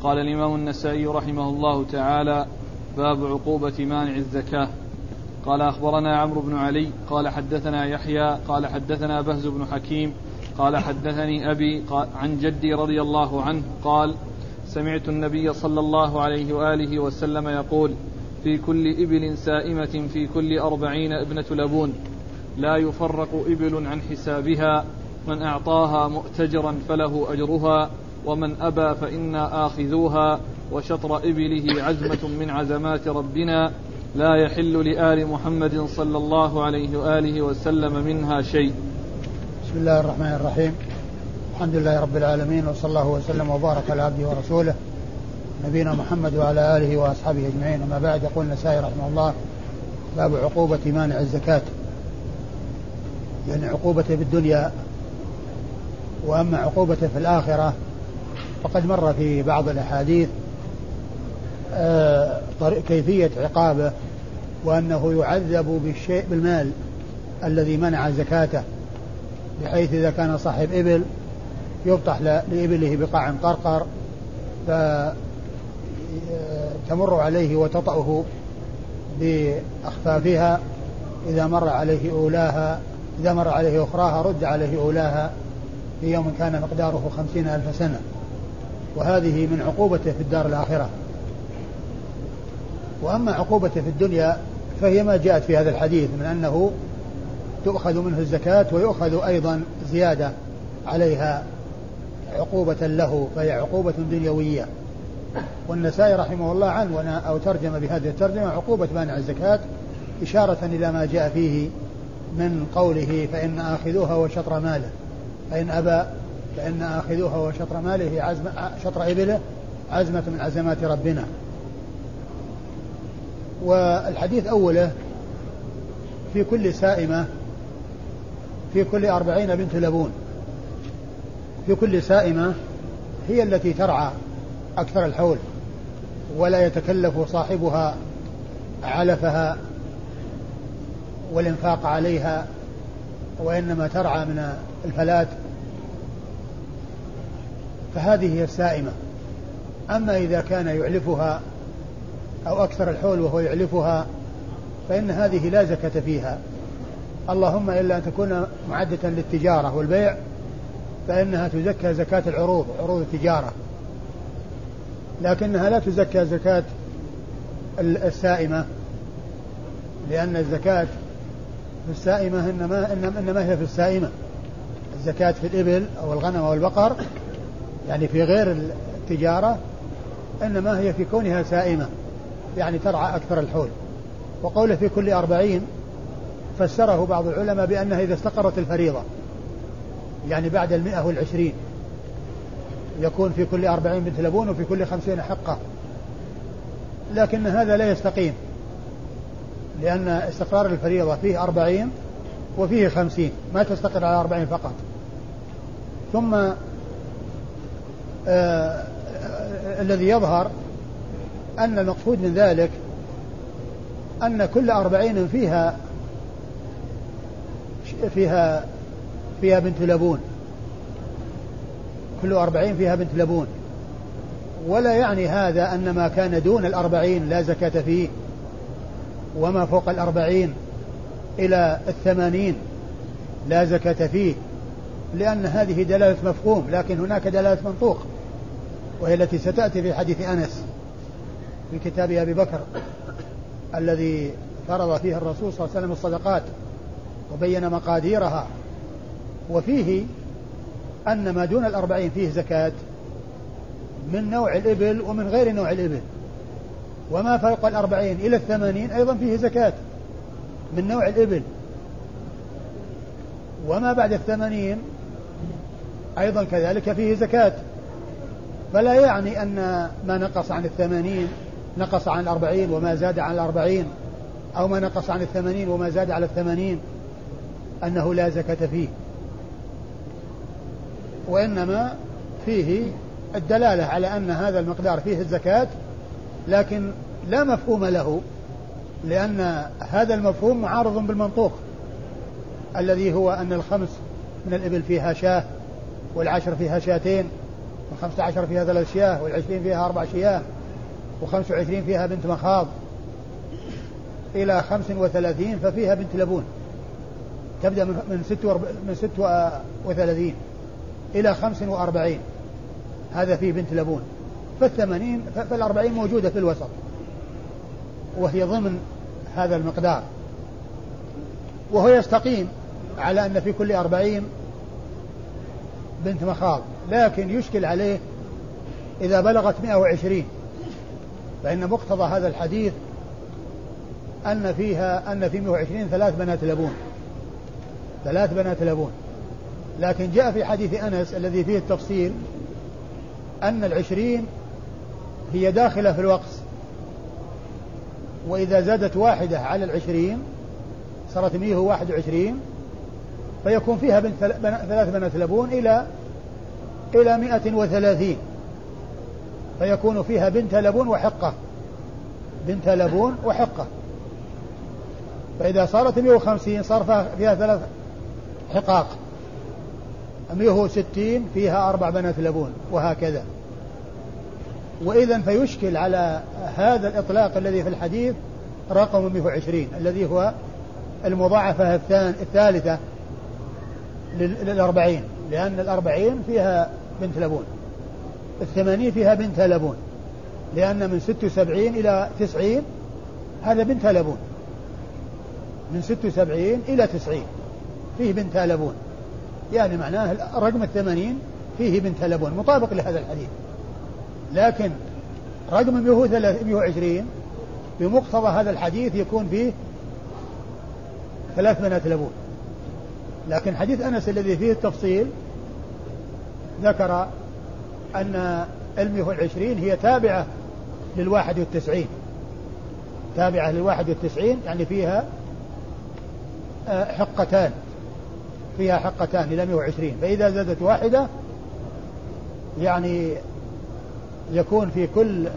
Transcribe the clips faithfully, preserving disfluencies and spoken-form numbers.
قال الإمام النسائي رحمه الله تعالى: باب عقوبة مانع الزكاة. قال أخبرنا عمرو بن علي قال حدثنا يحيى قال حدثنا بهز بن حكيم قال حدثني أبي عن جدي رضي الله عنه قال: سمعت النبي صلى الله عليه وآله وسلم يقول: في كل إبل سائمة في كل أربعين ابنة لبون، لا يفرق إبل عن حسابها، من أعطاها مؤتجرا فله أجرها، ومن أبى فإنا آخذوها، وشطر إبله عزمة من عزمات ربنا، لا يحل لآل محمد صلى الله عليه وآله وسلم منها شيء. بسم الله الرحمن الرحيم. الحمد لله رب العالمين، وصلى الله وسلم وبارك على عبده ورسوله نبينا محمد وعلى آله وأصحابه أجمعين. أما بعد، يقول النسائي رحمه الله: باب عقوبة مانع الزكاة، يعني عقوبته بالدنيا. وأما عقوبته في الآخرة فقد مر في بعض الأحاديث آه كيفية عقابه، وأنه يعذب بالشيء بالمال الذي منع زكاته، بحيث إذا كان صاحب إبل يبطح لإبله بقاع قرقر فتمر عليه وتطأه بأخفافها، إذا مر عليه أولاها إذا مر عليه أخراها رد عليه أولاها في يوم كان مقداره خمسين ألف سنة. وهذه من عقوبته في الدار الآخرة. وأما عقوبته في الدنيا فهي ما جاءت في هذا الحديث من أنه تؤخذ منه الزكاة ويؤخذ أيضا زيادة عليها عقوبة له، فهي عقوبة دنيوية. والنسائي رحمه الله عنوان أو ترجم بهذه الترجمة عقوبة مانع الزكاة، إشارة إلى ما جاء فيه من قوله: فإن آخذوها وشطر ماله، فإن أبى فإن آخذوها وشطر ماله عزم شطر إبله عزمة من عزمات ربنا. والحديث أوله: في كل سائمة في كل أربعين بنت لبون. في كل سائمة هي التي ترعى أكثر الحول، ولا يتكلف صاحبها علفها والإنفاق عليها، وإنما ترعى من الفلات، فهذه هي السائمة. أما إذا كان يعلفها أو أكثر الحول وهو يعلفها فإن هذه لا زكاة فيها، اللهم إلا أن تكون معدة للتجارة والبيع، فإنها تزكى زكاة العروض، عروض التجارة، لكنها لا تزكى زكاة السائمة، لأن الزكاة في السائمة إنما, إنما هي في السائمة. الزكاة في الإبل أو الغنم أو البقر، يعني في غير التجارة، إنما هي في كونها سائمة، يعني ترعى أكثر الحول. وقوله في كل أربعين فسره بعض العلماء بأنها إذا استقرت الفريضة، يعني بعد المئة والعشرين، يكون في كل أربعين بنت لبون وفي كل خمسين حقة. لكن هذا لا يستقيم، لأن استقرار الفريضة فيه أربعين وفيه خمسين، ما تستقر على أربعين فقط. ثم آه الذي يظهر أن المقصود من ذلك أن كل أربعين فيها فيها فيها بنت لبون، كل أربعين فيها بنت لبون. ولا يعني هذا أن ما كان دون الأربعين لا زكاة فيه، وما فوق الأربعين إلى الثمانين لا زكاة فيه، لأن هذه دلالة مفهوم، لكن هناك دلالة منطوق، وهي التي ستأتي في حديث أنس في كتاب أبي بكر الذي فرض فيه الرسول صلى الله عليه وسلم الصدقات وبين مقاديرها، وفيه أن ما دون الأربعين فيه زكاة من نوع الإبل ومن غير نوع الإبل، وما فوق الأربعين إلى الثمانين أيضا فيه زكاة من نوع الإبل، وما بعد الثمانين أيضا كذلك فيه زكاة. فلا يعني أن ما نقص عن الثمانين نقص عن الأربعين وما زاد عن الأربعين، أو ما نقص عن الثمانين وما زاد على الثمانين أنه لا زكاة فيه، وإنما فيه الدلالة على أن هذا المقدار فيه الزكاة، لكن لا مفهوم له، لأن هذا المفهوم معارض بالمنطوق الذي هو أن الخمس من الإبل فيها شاة والعشر فيها شاتين، والخمسة عشر فيها ثلاث شياه، والعشرين فيها أربع شياه، وخمس وعشرين فيها بنت مخاض، إلى خمس وثلاثين ففيها بنت لبون، تبدأ من ست من ست وثلاثين إلى خمس وأربعين، هذا فيه بنت لبون. فالثمانين فالأربعين موجودة في الوسط وهي ضمن هذا المقدار، وهو يستقيم على أن في كل أربعين بنت مخاض، لكن يشكل عليه إذا بلغت مئة وعشرين، فإن مقتضى هذا الحديث أن فيها أن في مئة وعشرين ثلاث بنات لبون، ثلاث بنات لبون. لكن جاء في حديث أنس الذي فيه التفصيل أن العشرين هي داخلة في الوقت، وإذا زادت واحدة على العشرين صارت مئة وواحد وعشرين، فيكون فيها بنت ثلاث بنات لبون إلى إلى مئة وثلاثين، فيكون فيها بنت لبون وحقة، بنت لبون وحقة. فإذا صارت مئة وخمسين صار فيها ثلاث حقاق، مئة وستين فيها أربع بنات لبون، وهكذا. وإذا فيشكل على هذا الإطلاق الذي في الحديث رقم مئة وعشرين الذي هو المضاعفة الثالثة للأربعين، لأن الأربعين فيها بنت لبون، الثمانين فيها بنت لبون، لأن من ست وسبعين إلى تسعين هذا بنت لبون، من ست وسبعين إلى تسعين فيه بنت لبون، يعني معناه رقم الثمانين فيه بنت لبون مطابق لهذا الحديث. لكن رقم مئة وعشرين بمقتضى هذا الحديث يكون فيه ثلاث بنات لبون. لكن حديث أنس الذي فيه التفصيل ذكر أن المئة والعشرين هي تابعة للواحد والتسعين، تابعة للواحد والتسعين، يعني فيها حقتان، فيها حقتان إلى مئة وعشرين، فإذا زادت واحدة يعني يكون في كل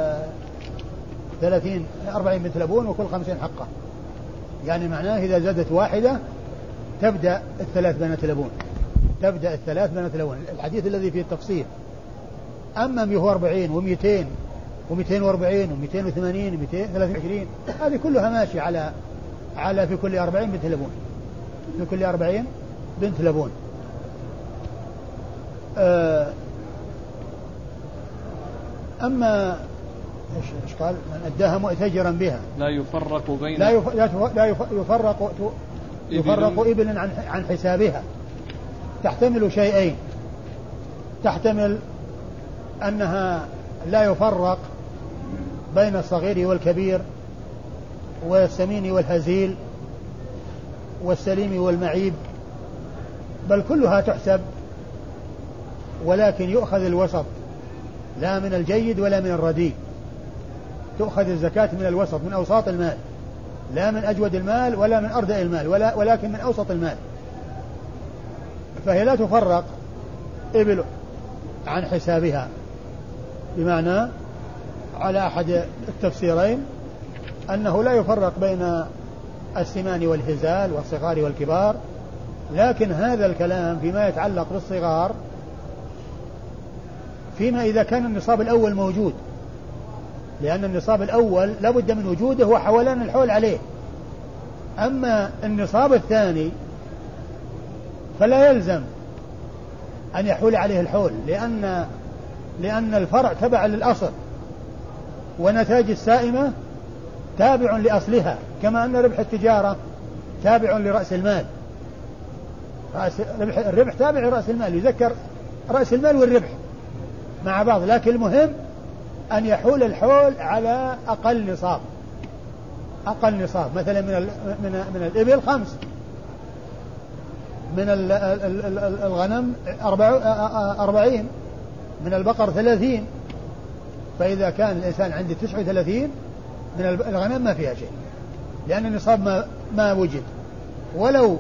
ثلاثين أربعين بنت لبون وكل خمسين حقة، يعني معناه إذا زادت واحدة تبدأ الثلاث بنات لبون، تبدأ الثلاث بنات لبون، الحديث الذي فيه التفصيل. أما مئة وأربعين ومئتين ومئتين وأربعين ومئتين وثمانين ومئتين وثلاثة وعشرين هذه كلها ماشي على على في كل أربعين بنت لبون، في كل أربعين بنت لبون. أما إيش قال؟ من أداها مؤتجرا بها لا يفرق بين لا يف... لا يفرق يفرق إبل عن عن حسابها، تحتمل شيئين، تحتمل أنها لا يفرق بين الصغير والكبير والسمين والهزيل والسليم والمعيب، بل كلها تحسب، ولكن يؤخذ الوسط، لا من الجيد ولا من الرديء، تؤخذ الزكاة من الوسط، من أوساط المال، لا من أجود المال ولا من أردأ المال، ولا ولكن من أوسط المال. فهي لا تفرق إبل عن حسابها، بمعنى على أحد التفسيرين أنه لا يفرق بين السمان والهزال والصغار والكبار، لكن هذا الكلام فيما يتعلق بالصغار فيما إذا كان النصاب الأول موجود، لأن النصاب الأول لابد من وجوده وحولان الحول عليه. أما النصاب الثاني فلا يلزم أن يحول عليه الحول، لأن لأن الفرع تبع للأصل، ونتاج السائمة تابع لأصلها، كما أن ربح التجارة تابع لرأس المال، رأس ربح الربح تابع لرأس المال، يذكر رأس المال والربح مع بعض، لكن المهم أن يحول الحول على أقل نصاب، أقل نصاب، مثلا من من من الإبل خمس، من الغنم أربعين، من البقر ثلاثين، فإذا كان الإنسان عنده تسعة وثلاثين من الغنم ما فيها شيء، لأن النصاب ما, ما وجد ولو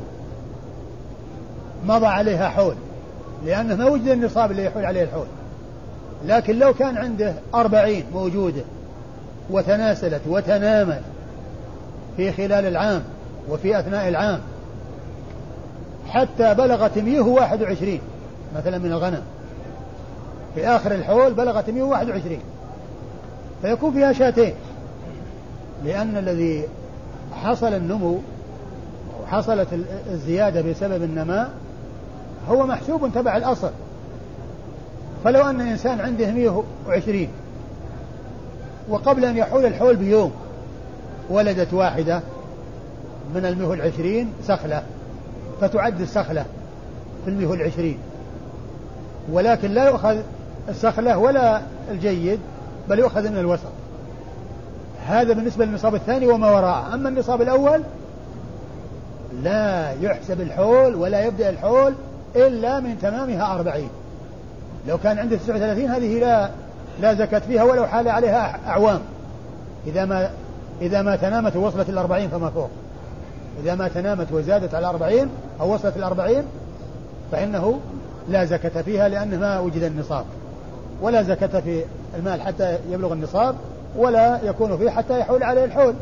مضى عليها حول، لأنه ما وجد النصاب اللي يحول عليه الحول. لكن لو كان عنده أربعين موجودة وتناسلت وتنامت في خلال العام وفي أثناء العام حتى بلغت مئة وواحد وعشرين مثلا من الغنم، في آخر الحول بلغت مئة وواحد وعشرين، فيكون فيها شاتين، لأن الذي حصل النمو وحصلت الزيادة بسبب النماء هو محسوب تبع الأصل. فلو أن إنسان عنده مئة وعشرين وقبل أن يحول الحول بيوم ولدت واحدة من المئة والعشرين سخلة، فتعد السخلة في المئة والعشرين، ولكن لا يؤخذ السخلة ولا الجيد بل يؤخذ من الوسط. هذا بالنسبة للنصاب الثاني وما وراءه. أما النصاب الأول لا يحسب الحول ولا يبدأ الحول إلا من تمامها أربعين. لو كان عنده تسعة وثلاثين هذه لا لا زكاة فيها ولو حال عليها أعوام، إذا ما إذا ما تنامت ووصلت الأربعين فما فوق. إذا ما تنامت وزادت على أربعين أو وصلت الأربعين فإنه لا زكاة فيها، لأنه ما وجد النصاب، ولا زكاة في المال حتى يبلغ النصاب، ولا يكون فيه حتى يحول عليه الحول.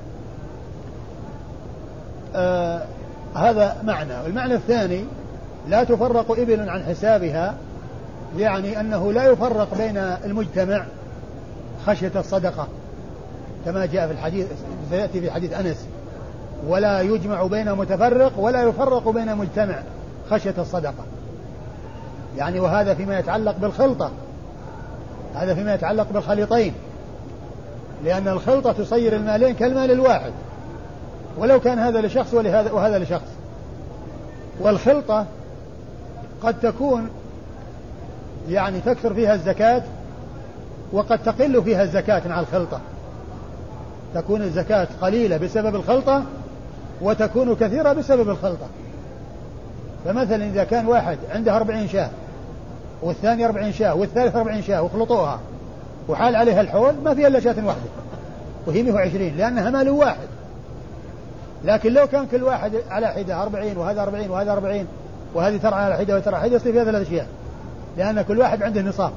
آه هذا معنى. والمعنى الثاني لا تفرق إبل عن حسابها، يعني أنه لا يفرق بين المجتمع خشية الصدقة كما جاء في الحديث سيأتي في حديث أنس، ولا يجمع بين متفرق ولا يفرق بين مجتمع خشية الصدقة. يعني وهذا فيما يتعلق بالخلطة، هذا فيما يتعلق بالخليطين، لأن الخلطة تصير المالين كالمال الواحد ولو كان هذا لشخص ولهذا وهذا لشخص. والخلطة قد تكون يعني تكثر فيها الزكاة وقد تقل فيها الزكاة مع الخلطة، تكون الزكاة قليلة بسبب الخلطة وتكون كثيرة بسبب الخلطة. فمثلا إذا كان واحد عنده أربعين شاة والثاني أربعين شاة والثالث أربعين شاة وخلطوها وحال عليها الحول ما فيها إلا شاة واحدة وهي مئة وعشرين لأنها مال واحد. لكن لو كان كل واحد على حدة أربعين وهذا أربعين وهذا أربعين وهذه ترعى على حدة وترعى حدة يصير فيها ثلاث أشياء، لأن كل واحد عنده نصاب.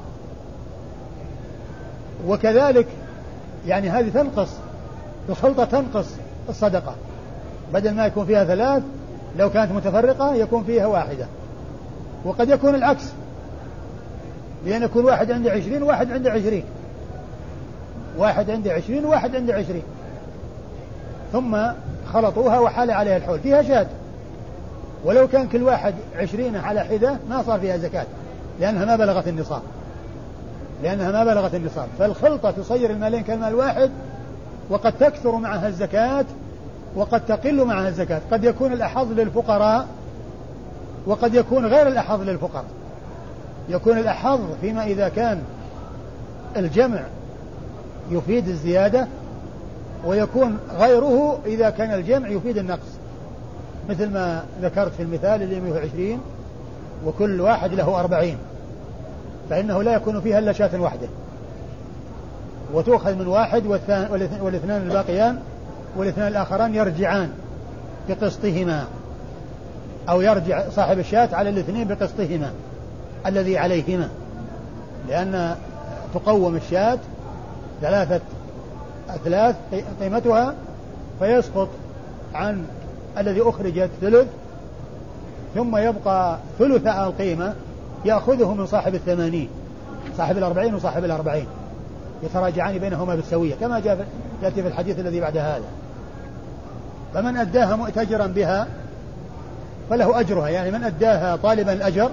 وكذلك يعني هذه تنقص الخلطة، تنقص الصدقة، بدل ما يكون فيها ثلاث لو كانت متفرقة يكون فيها واحدة. وقد يكون العكس، لأن يكون واحد عنده عشرين وواحد عنده عشرين، واحد عنده عشرين وواحد عنده عشرين، ثم خلطوها وحال عليها الحول فيها شاة. ولو كان كل واحد عشرين على حدة ما صار فيها زكاة لأنها ما بلغت النصاب، لأنها ما بلغت النصاب. فالخلطة تصير المالين كالمال واحد، وقد تكثر معها الزكاة وقد تقل معها الزكاة. قد يكون الأحظ للفقراء وقد يكون غير الأحظ للفقراء. يكون الأحظ فيما إذا كان الجمع يفيد الزيادة، ويكون غيره إذا كان الجمع يفيد النقص، مثل ما ذكرت في المثال اللي مئة وعشرين وكل واحد له أربعين، فإنه لا يكون فيها إلا شاة واحدة وتؤخذ من واحد، والاثنان الباقيان والاثنان الآخران يرجعان بقسطهما، أو يرجع صاحب الشاة على الاثنين بقسطهما الذي عليهما، لأن تقوم الشاة ثلاثة أثلاث قيمتها، فيسقط عن الذي أخرجت ثلث، ثم يبقى ثلث القيمة يأخذه من صاحب الثمانين، صاحب الأربعين وصاحب الأربعين يتراجعان بينهما بالسوية كما جاء يأتي في الحديث الذي بعد هذا. فمن أداها مؤتجرا بها فله أجرها، يعني من أداها طالبا الأجر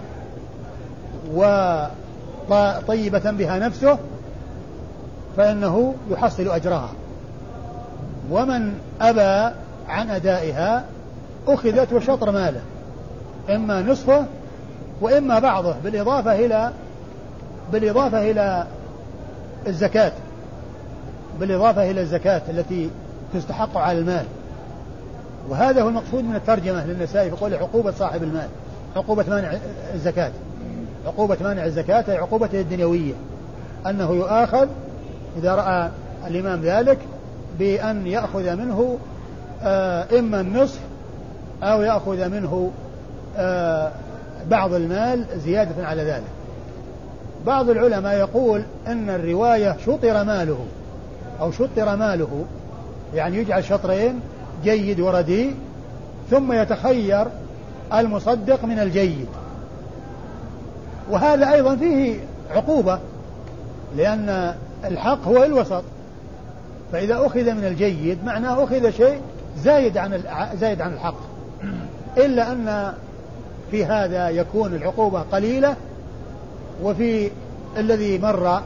وطيبة بها نفسه فإنه يحصل أجرها. ومن أبى عن أدائها أخذت وشطر ماله، إما نصفه وإما بعضه، بالإضافة إلى بالإضافة إلى الزكاة بالإضافة إلى الزكاة التي تستحق على المال. وهذا هو المقصود من الترجمة للنسائي في قول عقوبة صاحب المال، عقوبة مانع الزكاة، عقوبة مانع الزكاة هي عقوبته الدنيوية، أنه يؤاخذ إذا رأى الإمام ذلك بأن يأخذ منه آه إما النصف أو يأخذ منه آه بعض المال زيادة على ذلك. بعض العلماء يقول أن الرواية شطر ماله أو شطر ماله، يعني يجعل شطرين جيد ورديء ثم يتخير المصدق من الجيد. وهذا أيضا فيه عقوبة، لأن الحق هو الوسط، فإذا أخذ من الجيد معناه أخذ شيء زايد عن زايد عن الحق، إلا أن في هذا يكون العقوبة قليلة، وفي الذي مر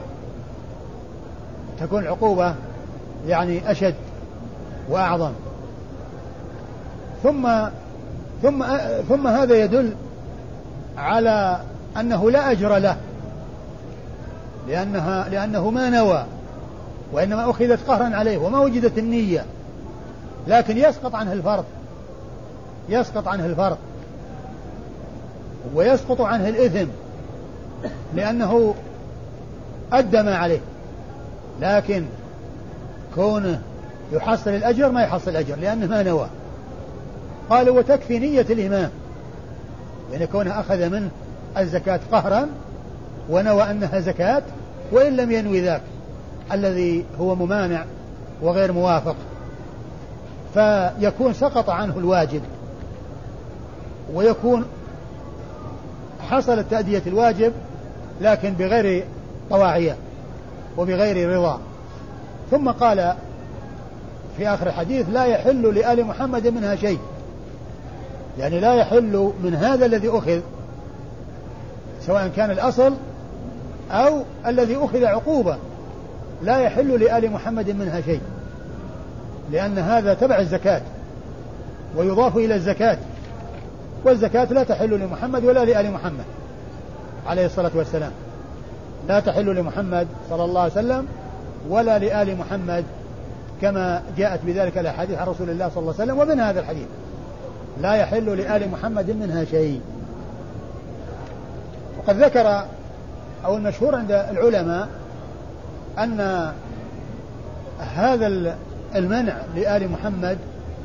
تكون العقوبة يعني أشد وأعظم. ثم ثم ثم هذا يدل على أنه لا أجر له، لأنها لأنه ما نوى، وإنما أخذت قهرا عليه وما وجدت النية، لكن يسقط عنه الفرض يسقط عنه الفرض ويسقط عنه الإثم، لأنه أدى ما عليه، لكن كونه يحصل الأجر ما يحصل الأجر لأنه ما نوى. قالوا وتكفي نية الإمام، يعني كونه أخذ منه الزكاة قهرا ونوى أنها زكاة وإن لم ينوي ذاك الذي هو ممانع وغير موافق، فيكون سقط عنه الواجب، ويكون حصلت تأدية الواجب لكن بغير طواعية وبغير رضا. ثم قال في آخر الحديث لا يحل لآل محمد منها شيء، يعني لا يحل من هذا الذي أخذ، سواء كان الأصل أو الذي أخذ عقوبة، لا يحل لآل محمد منها شيء، لأن هذا تبع الزكاة ويضاف إلى الزكاة، والزكاة لا تحل لمحمد ولا لآل محمد عليه الصلاة والسلام، لا تحل لمحمد صلى الله عليه وسلم ولا لآل محمد، كما جاءت بذلك الأحاديث عن رسول الله صلى الله عليه وسلم. ومن هذا الحديث لا يحل لآل محمد منها شيء. وقد ذكر أو المشهور عند العلماء أن هذا المنع لآل محمد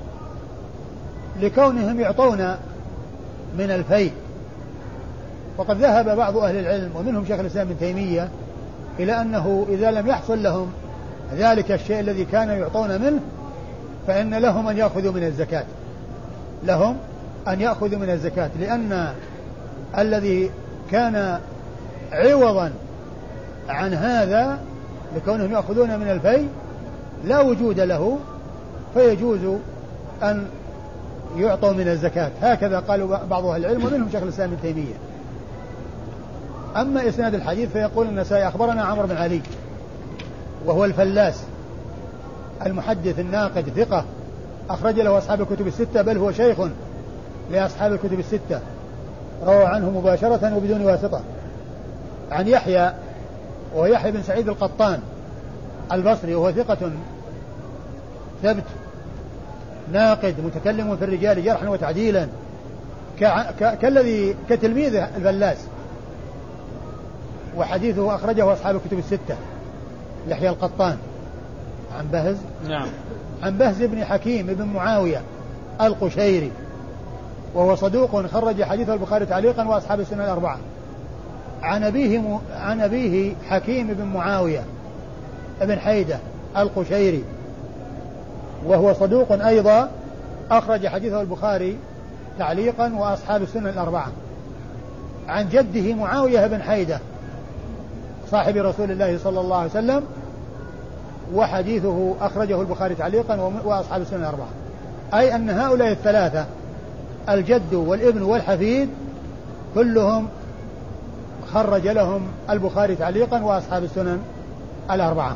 لكونهم يعطون من الفيء، وقد ذهب بعض أهل العلم ومنهم شيخ الإسلام ابن تيمية إلى أنه إذا لم يحصل لهم ذلك الشيء الذي كانوا يعطون منه فإن لهم أن يأخذوا من الزكاة لهم أن يأخذوا من الزكاة لأن الذي كان عوضا عن هذا لكونهم يأخذون من الفيء لا وجود له، فيجوز أن يعطوا من الزكاة. هكذا قالوا بعض أهل العلم ومنهم شيخ الإسلام ابن تيمية. أما إسناد الحديث فيقول النسائي أخبرنا عمرو بن علي وهو الفلاس المحدث الناقد ثقة أخرج له أصحاب الكتب الستة، بل هو شيخ لأصحاب الكتب الستة، روى عنه مباشرة وبدون واسطة. عن يحيى وهو يحيى بن سعيد القطان البصري وهو ثقة ثبت ناقد متكلم في الرجال جرحا وتعديلا كالذي كتلميذه الفلاس، وحديثه أخرجه أصحاب الكتب الستة. يحيى القطان عن بهز نعم عن بهز بن حكيم بن معاوية القشيري وهو صدوق خرج حديثه البخاري تعليقا وأصحاب السنة الأربعة. عن أبيه عن أبيه حكيم بن معاوية ابن حيدة القشيري وهو صدوق أيضا أخرج حديثه البخاري تعليقا وأصحاب السنة الأربعة. عن جده معاوية بن حيدة صاحب رسول الله صلى الله عليه وسلم، وحديثه أخرجه البخاري تعليقا وأصحاب السنة الأربعة، أي أن هؤلاء الثلاثة الجد والابن والحفيد كلهم خرج لهم البخاري تعليقا وأصحاب السنن الأربعة.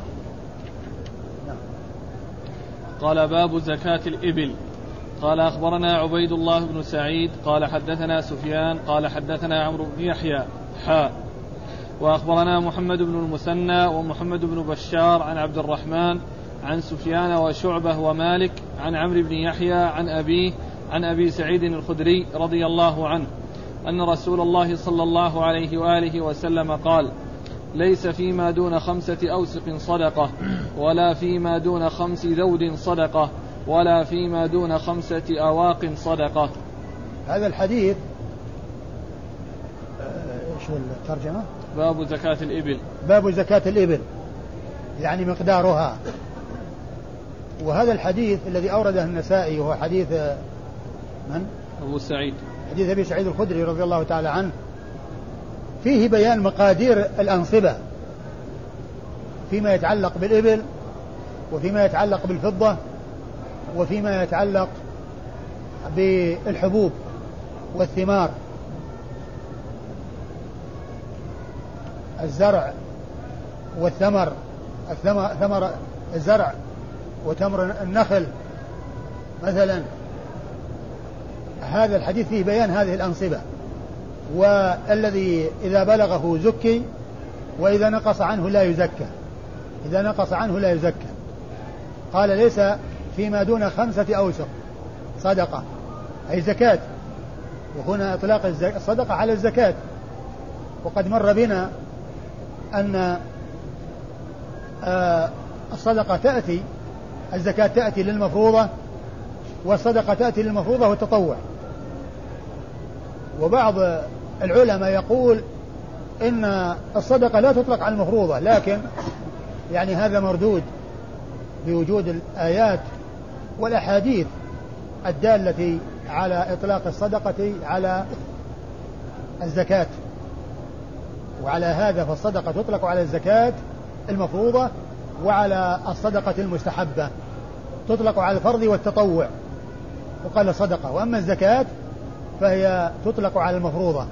قال باب زكاة الإبل. قال أخبرنا عبيد الله بن سعيد قال حدثنا سفيان قال حدثنا عمرو بن يحيى حاء وأخبرنا محمد بن المثنى ومحمد بن بشار عن عبد الرحمن عن سفيان وشعبة ومالك عن عمرو بن يحيى عن أبيه عن أبي سعيد الخدري رضي الله عنه أن رسول الله صلى الله عليه وآله وسلم قال: ليس فيما دون خمسة أوسق صدقة، ولا فيما دون خمس ذود صدقة، ولا فيما دون خمسة أواق صدقة. هذا الحديث شو الترجمة؟ باب زكاة الإبل. باب زكاة الإبل يعني مقدارها. وهذا الحديث الذي أورده النسائي وهو حديث من؟ أبو سعيد، حديث أبي سعيد الخدري رضي الله تعالى عنه، فيه بيان مقادير الأنصبة فيما يتعلق بالإبل وفيما يتعلق بالفضة وفيما يتعلق بالحبوب والثمار، الزرع والثمر، ثمر الزرع وتمر النخل مثلا. هذا الحديث فيه بيان هذه الأنصبة، والذي إذا بلغه زكي وإذا نقص عنه لا يزكى، إذا نقص عنه لا يزكى. قال ليس فيما دون خمسة أوسق صدقة أي زكاة، وهنا إطلاق الصدقة على الزكاة. وقد مر بنا أن الصدقة تأتي، الزكاة تأتي للمفروضة والصدقة تأتي للمفروضة والتطوع. وبعض العلماء يقول إن الصدقة لا تطلق على المفروضة، لكن يعني هذا مردود بوجود الآيات والأحاديث الدالة على إطلاق الصدقة على الزكاة. وعلى هذا فالصدقة تطلق على الزكاة المفروضة وعلى الصدقة المستحبة، تطلق على الفرض والتطوع وقال صدقة. وأما الزكاة فهي تطلق على المفروضة.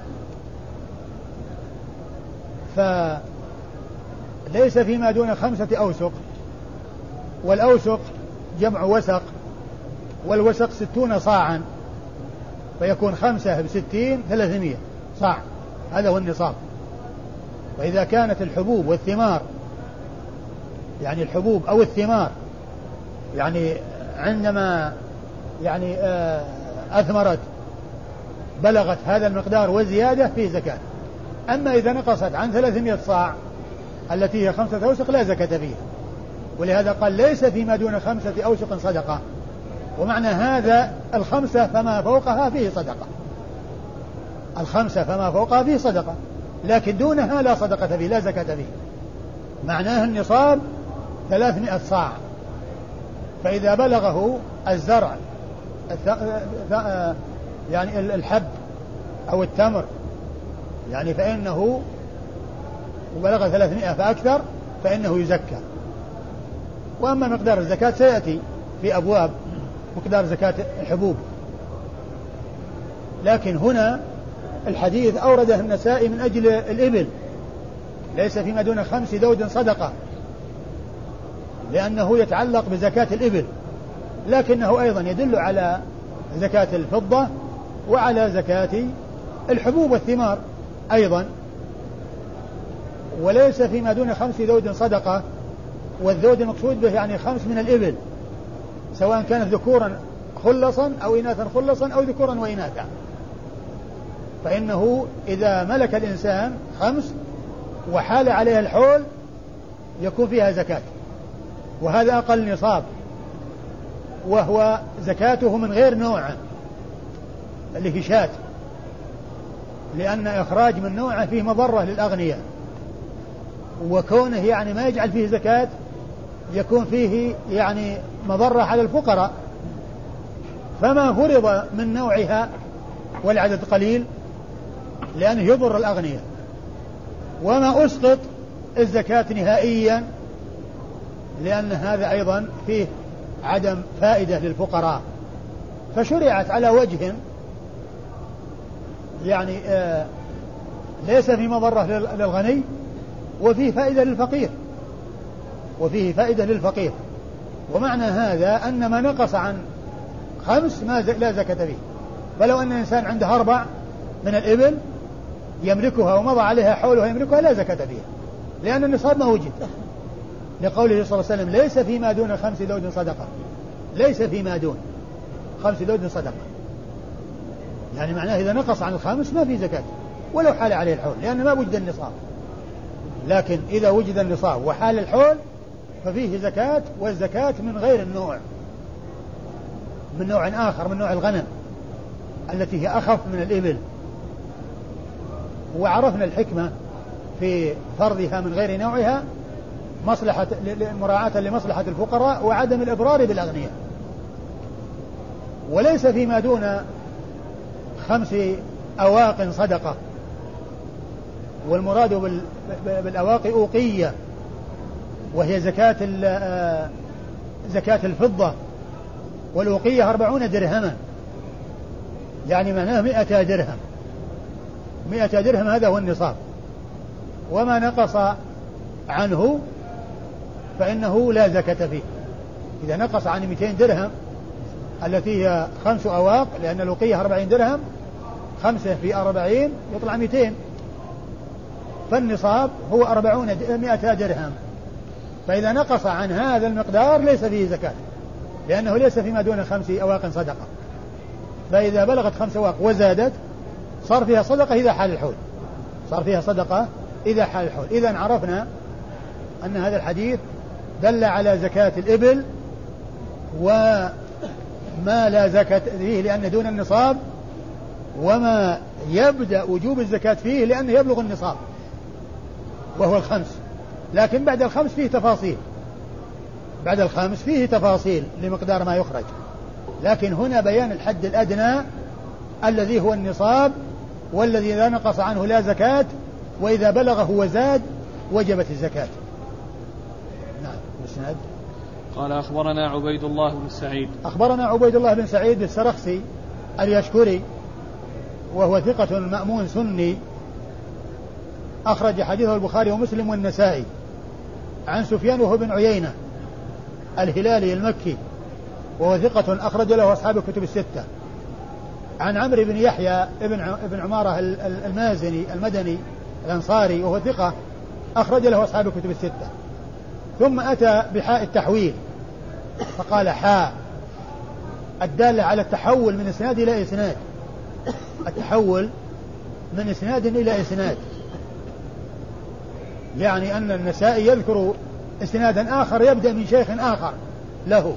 فليس فيما دون خمسة أوسق، والأوسق جمع وسق، والوسق ستون صاعا، فيكون خمسة بستين ثلاثمية صاع، هذا هو النصاب. وإذا كانت الحبوب والثمار، يعني الحبوب أو الثمار يعني عندما يعني أثمرت بلغت هذا المقدار وزيادة فيه زكاة. أما إذا نقصت عن ثلاثمائة صاع التي هي خمسة أوسق لا زكاة فيها. ولهذا قال ليس فيما دون خمسة أوسق صدقة، ومعنى هذا الخمسة فما فوقها فيه صدقة، الخمسة فما فوقها فيه صدقة، لكن دونها لا صدقة فيه، لا زكاة فيه. معناه النصاب ثلاثمائة صاع، فإذا بلغه الزرع يعني الحب أو التمر يعني فإنه بلغ ثلاثمائة فأكثر فإنه يزكى. وأما مقدار الزكاة سيأتي في أبواب مقدار زكاة الحبوب، لكن هنا الحديث أورده النسائي من أجل الإبل، ليس فيما دون خمس ذود صدقة، لأنه يتعلق بزكاة الإبل، لكنه أيضا يدل على زكاة الفضة وعلى زكاة الحبوب والثمار أيضا. وليس فيما دون خمس ذود صدقة، والذود المقصود به يعني خمس من الإبل، سواء كانت ذكورا خلصا أو إناثا خلصا أو ذكورا وإناثا، فإنه إذا ملك الإنسان خمس وحال عليها الحول يكون فيها زكاة، وهذا أقل نصاب، وهو زكاته من غير نوع اللي هي شاة، لأن إخراج من نوعه فيه مضرة للأغنياء، وكونه يعني ما يجعل فيه زكاة يكون فيه يعني مضرة على الفقراء. فما فرض من نوعها والعدد قليل لأنه يضر الأغنياء، وما أسقط الزكاة نهائيا لأن هذا أيضا فيه عدم فائدة للفقراء، فشرعت على وجه يعني آه ليس في مضرة للغني وفيه فائدة للفقير، وفيه فائدة للفقير. ومعنى هذا أن ما نقص عن خمس ما لا زكاة فيه. فلو أن الإنسان عنده أربع من الإبل يملكها ومضى عليها حولها يملكها لا زكاة فيها، لأن النصاب ما وجد، لقوله صلى الله عليه وسلم ليس فيما دون خمس ذود صدقة، ليس فيما دون خمس ذود صدقة، يعني معناه إذا نقص عن الخمس ما في زكاة ولو حال عليه الحول، لأن ما وجد النصاب. لكن إذا وجد النصاب وحال الحول ففيه زكاة، والزكاة من غير النوع، من نوع آخر، من نوع الغنم التي هي أخف من الإبل. وعرفنا الحكمة في فرضها من غير نوعها مصلحة مراعاة لمصلحة الفقراء وعدم الإضرار بالأغنياء. وليس فيما دون خمس أواق صدقة، والمراد بالأواقي أوقية، وهي زكاة زكاة الفضة، والأوقية أربعون درهما، يعني معناه مئة درهم. مئة درهم هذا هو النصاب، وما نقص عنه فإنه لا زكاة فيه. إذا نقص عن مئتين درهم التي هي خمس أواق، لأن الأوقية أربعين درهم، خمسة في أربعين يطلع مئتين، فالنصاب هو أربعون مئة درهم. فإذا نقص عن هذا المقدار ليس فيه زكاة، لأنه ليس فيما دون خمس أواق صدقة. فإذا بلغت خمس أواق وزادت صار فيها صدقة إذا حال الحول، صار فيها صدقة إذا حال الحول. إذن عرفنا أن هذا الحديث دل على زكاة الإبل وما لا زكاة فيه لأنه دون النصاب، وما يبدأ وجوب الزكاة فيه لأنه يبلغ النصاب وهو الخمس. لكن بعد الخمس فيه تفاصيل، بعد الخمس فيه تفاصيل لمقدار ما يخرج، لكن هنا بيان الحد الأدنى الذي هو النصاب، والذي إذا نقص عنه لا زكاة، وإذا بلغه وزاد وجبت الزكاة. نعم. الإسناد قال أخبرنا عبيد الله بن سعيد. أخبرنا عبيد الله بن سعيد السرخسي اليشكري، وهو ثقة مأمون سني، أخرج حديثه البخاري ومسلم والنسائي. عن سفيان وهو بن عيينة الهلالي المكي، وهو ثقة أخرج له أصحاب الكتب الستة. عن عمرو بن يحيى ابن عمارة المازني المدني الأنصاري، وهو ثقة أخرج له أصحاب الكتب الستة. ثم أتى بحاء التحويل فقال حاء، الدالة على التحول من إسناد إلى إسناد، التحول من إسناد إلى إسناد، يعني أن النسائي يذكر إسنادا آخر يبدأ من شيخ آخر له.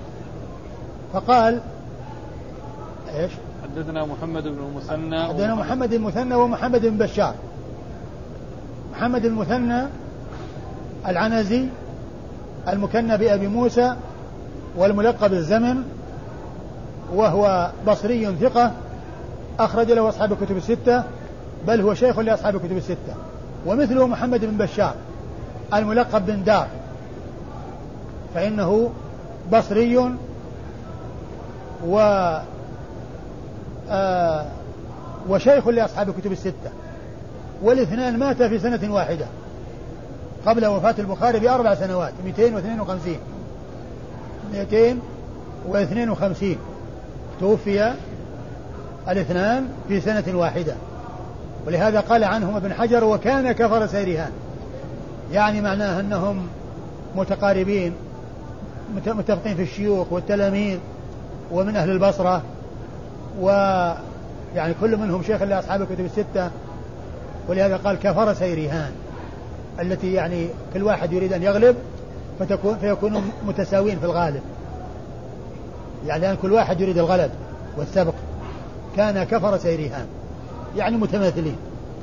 فقال إيش؟ حدثنا محمد بن المثنى حدثنا محمد بن المثنى ومحمد بن بشار. محمد بن المثنى العنزي المكنى بأبي موسى والملقب الزمن، وهو بصري ثقة أخرج له أصحاب الكتب الستة، بل هو شيخ لأصحاب الكتب الستة. ومثله محمد بن بشار الملقب بن دار، فإنه بصري و آه وشيخ لأصحاب الكتب الستة، والاثنان مات في سنة واحدة قبل وفاة البخاري بأربع سنوات، مئتين واثنين وخمسين مئتين واثنين وخمسين توفي الاثنان في سنة واحدة. ولهذا قال عنهم ابن حجر وكان كفر سيرهان، يعني معناه أنهم متقاربين متفقين في الشيوخ والتلاميذ ومن أهل البصرة، ويعني كل منهم شيخ لأصحاب الكتب الستة. ولهذا قال كفر سيرهان، التي يعني كل واحد يريد أن يغلب فتكون فيكونوا متساوين في الغالب، يعني أن كل واحد يريد الغلب والسبق. كان كفر سيرهان يعني متماثلين.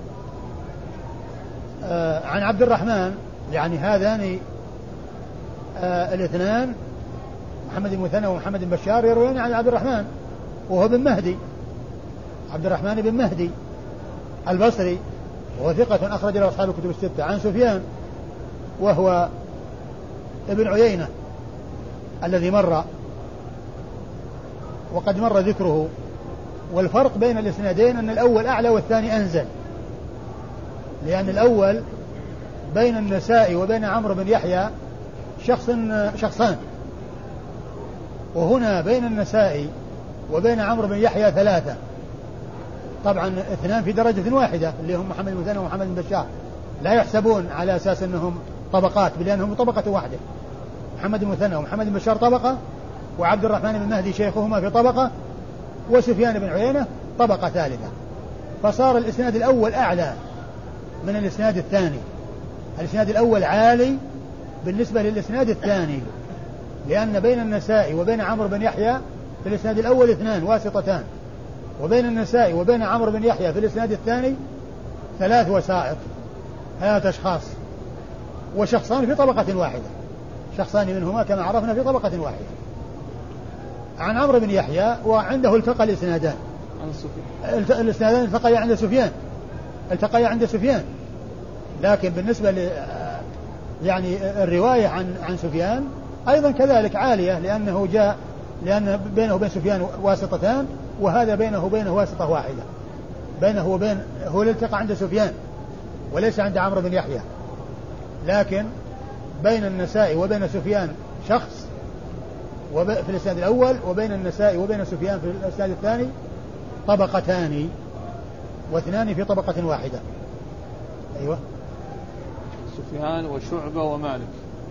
آه عن عبد الرحمن، يعني هذان آه الاثنان محمد بن مثنى ومحمد بن بشار يروون عن عبد الرحمن وهو بن مهدي، عبد الرحمن بن مهدي البصري، وهو ثقة أخرج له أصحاب الكتب الستة. عن سفيان وهو ابن عيينة الذي مر وقد مر ذكره. والفرق بين الاسنادين أن الأول أعلى والثاني أنزل، لأن الأول بين النسائي وبين عمرو بن يحيى شخص شخصان، وهنا بين النسائي وبين عمرو بن يحيى ثلاثة، طبعا اثنان في درجة واحدة اللي هم محمد بن مثنى ومحمد بن بشار، لا يحسبون على أساس أنهم طبقات، لأنهم طبقة واحدة. محمد بن مثنى ومحمد بن بشار طبقة، وعبد الرحمن بن مهدي شيخهما في طبقة، وسفيان بن عيينة طبقة ثالثة. فصار الإسناد الأول أعلى من الإسناد الثاني، الإسناد الأول عالي بالنسبة للإسناد الثاني، لأن بين النسائي وبين عمرو بن يحيى في الإسناد الأول اثنان واسطتان، وبين النسائي وبين عمرو بن يحيى في الإسناد الثاني ثلاث وسائط، ثلاثة أشخاص، وشخصان في طبقة واحدة، شخصان منهما كما عرفنا في طبقة واحدة. عن عمرو بن يحيى وعنده التقى الإسنادان، الإسنادان التقيا عند سفيان، التقيا عند سفيان لكن بالنسبة ل يعني الرواية عن عن سفيان أيضا كذلك عالية، لأنه جاء لأن بينه وبين سفيان واسطتان، وهذا بينه وبينه واسطة واحدة، بينه وبين هو الالتقى عند سفيان وليس عند عمرو بن يحيى، لكن بين النسائي وبين سفيان شخص في الإسناد الأول، وبين النسائي وبين سفيان في الإسناد الثاني طبقتان، واثنان في طبقة واحدة. أيوة، سفيان وشعبة ومالك.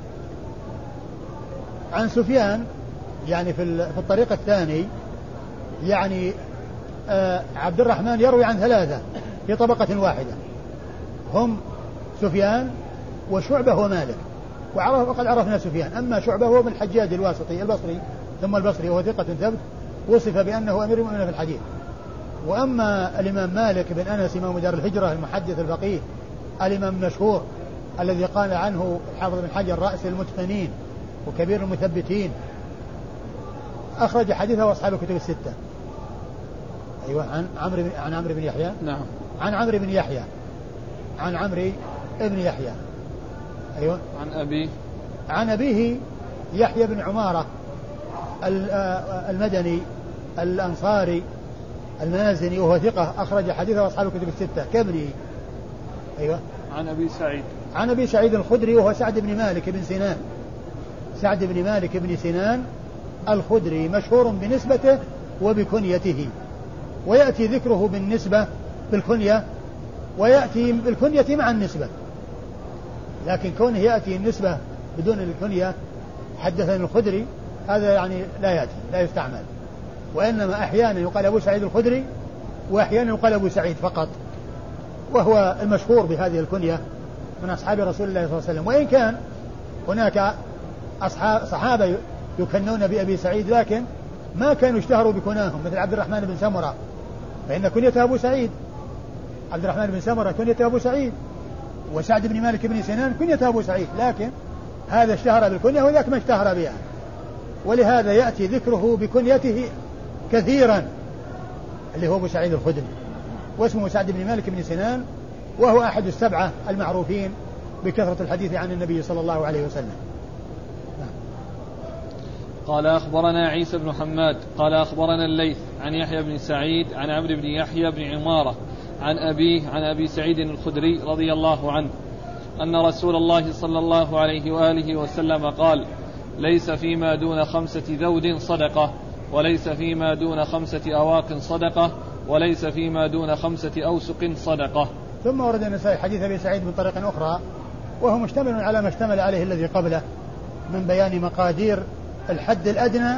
عن سفيان يعني في في الطريق الثاني يعني آه عبد الرحمن يروي عن ثلاثة في طبقة واحدة، هم سفيان وشعبة ومالك، وعرف وقد عرفنا سفيان. أما شعبة هو من الحجاج الواسطي البصري ثم البصري، وهو ثقة ثبت وصف بأنه أمير المؤمنين في الحديث. وأما الإمام مالك بن أنس إمام دار الهجرة المحدث الفقيه الإمام المشهور الذي قال عنه الحافظ بن حجر رأس المتقنين وكبير المثبتين، أخرج حديثه وأصحاب الكتب الستة. أيوة، عن عمرو عن عمرو بن يحيى. نعم. عن عمرو بن يحيى عن عمرو بن يحيى. أيوة. عن أبيه عن أبيه يحيى بن عمارة المدني الأنصاري المازني، وهو ثقة أخرج حديثه وأصحاب الكتب الستة كابنه. أيوة. عن أبي سعيد عن أبي سعيد الخدري، وهو سعد بن مالك بن سنان سعد بن مالك بن سنان الخدري، مشهور بنسبته وبكنيته، ويأتي ذكره بالنسبة بالكنية، ويأتي بالكنية مع النسبة، لكن كونه يأتي النسبة بدون الكنية حدثني الخدري هذا يعني لا يأتي، لا يستعمل، وإنما أحيانا يقال أبو سعيد الخدري وأحيانا يقال أبو سعيد فقط، وهو المشهور بهذه الكنية من أصحاب رسول الله صلى الله عليه وسلم. وإن كان هناك أصحاب صحابة يكنون بأبي سعيد لكن ما كانوا اشتهروا بكناهم، مثل عبد الرحمن بن سمرة فإن كنيته أبو سعيد، عبد الرحمن بن سمرة كنيته أبو سعيد، وسعد بن مالك بن سنان كنيته أبو سعيد، لكن هذا اشتهر بالكنية وذاك ما اشتهر بها، ولهذا يأتي ذكره بكنيته كثيرا اللي هو أبو سعيد الخدري، واسمه سعد بن مالك بن سنان، وهو أحد السبعة المعروفين بكثرة الحديث عن النبي صلى الله عليه وسلم. قال أخبرنا عيسى بن حماد قال أخبرنا الليث عن يحيى بن سعيد عن عمرو بن يحيى بن عمارة عن أبيه عن أبي سعيد الخدري رضي الله عنه أن رسول الله صلى الله عليه وآله وسلم قال: ليس فيما دون خمسة ذود صدقة، وليس فيما دون خمسة أواق صدقة، وليس فيما دون خمسة أوسق صدقة. ثم ورد النسائي حديث أبي سعيد من طريق أخرى، وهو مشتمل على ما اشتمل عليه الذي قبله من بيان مقادير الحد الأدنى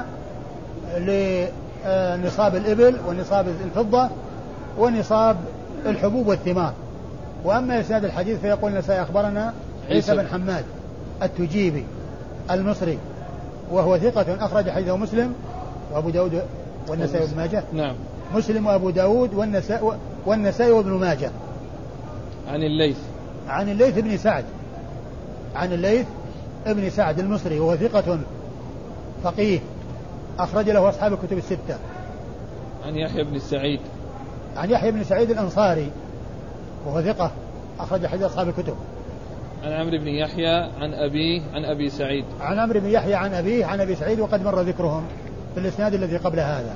لنصاب الإبل ونصاب الفضة ونصاب الحبوب والثمار. وأما إسناد الحديث فيقول النسائي أخبرنا عيسى بن حماد التجيبي المصري، وهو ثقة أخرج حديثه مسلم وأبو داود والنسائي وابن ماجه. نعم. مسلم وأبو داود والنسائي والنسائي وابن ماجه. عن الليث عن الليث بن سعد عن الليث ابن سعد المصري، وهو ثقة فقيه أخرج له أصحاب الكتب الستة. عن يحيى بن سعيد عن يحيى بن سعيد الأنصاري، وهو ثقة أخرج حديث أصحاب الكتب. عن عمرو بن يحيى عن أبيه عن أبي سعيد عن عمرو بن يحيى عن أبيه عن أبي سعيد، وقد مر ذكرهم في الإسناد الذي قبل هذا.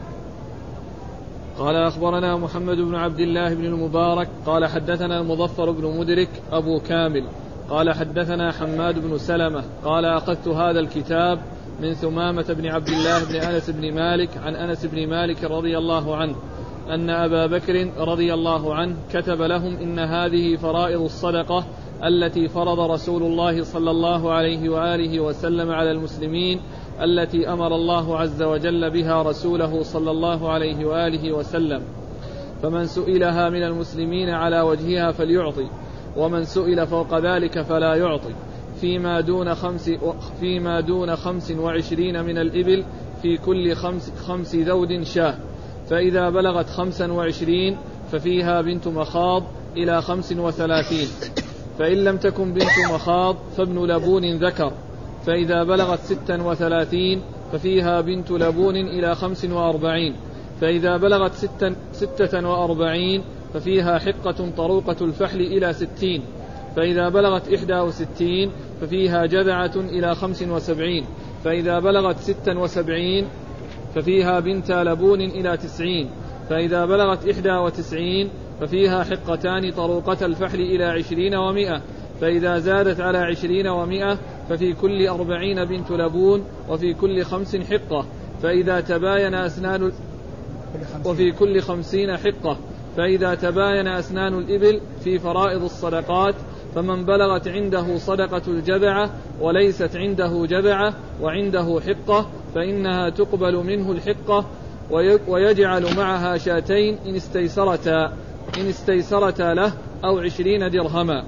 قال أخبرنا محمد بن عبد الله بن المبارك قال حدثنا المظفر بن مدرك أبو كامل قال حدثنا حماد بن سلمة قال أخذت هذا الكتاب من ثمامة بن عبد الله بن أنس بن مالك عن أنس بن مالك رضي الله عنه أن أبا بكر رضي الله عنه كتب لهم: إن هذه فرائض الصدقة التي فرض رسول الله صلى الله عليه وآله وسلم على المسلمين، التي أمر الله عز وجل بها رسوله صلى الله عليه وآله وسلم، فمن سئلها من المسلمين على وجهها فليعطي، ومن سئل فوق ذلك فلا يعطي، فيما دون خمس, فيما دون خمس وعشرين من الإبل في كل خمس, خمس ذود شاه، فإذا بلغت خمسا وعشرين ففيها بنت مخاض إلى خمس وثلاثين، فإن لم تكن بنت مخاض فابن لبون ذكر، فإذا بلغت ستا وثلاثين ففيها بنت لبون إلى خمس وأربعين، فإذا بلغت ستا ستة وأربعين ففيها حقة طروقة الفحل إلى ستين، فإذا بلغت إحدى وستين ففيها جذعة إلى خمس وسبعين، فإذا بلغت ستا وسبعين ففيها بنت لبون إلى تسعين، فإذا بلغت إحدى وتسعين ففيها حقتان طروقة الفحل إلى عشرين ومائة، فإذا زادت على عشرين ومائة ففي كل أربعين بنت لبون، وفي كل خمس حقة، فإذا تباين أسنان وفي كل خمسين حقة، فإذا تباين أسنان الإبل في فرائض الصدقات، فمن بلغت عنده صدقة الجذعة وليست عنده جذعة وعنده حقة فإنها تقبل منه الحقة ويجعل معها شاتين إن استيسرتا إن استيسرتا له أو عشرين درهما.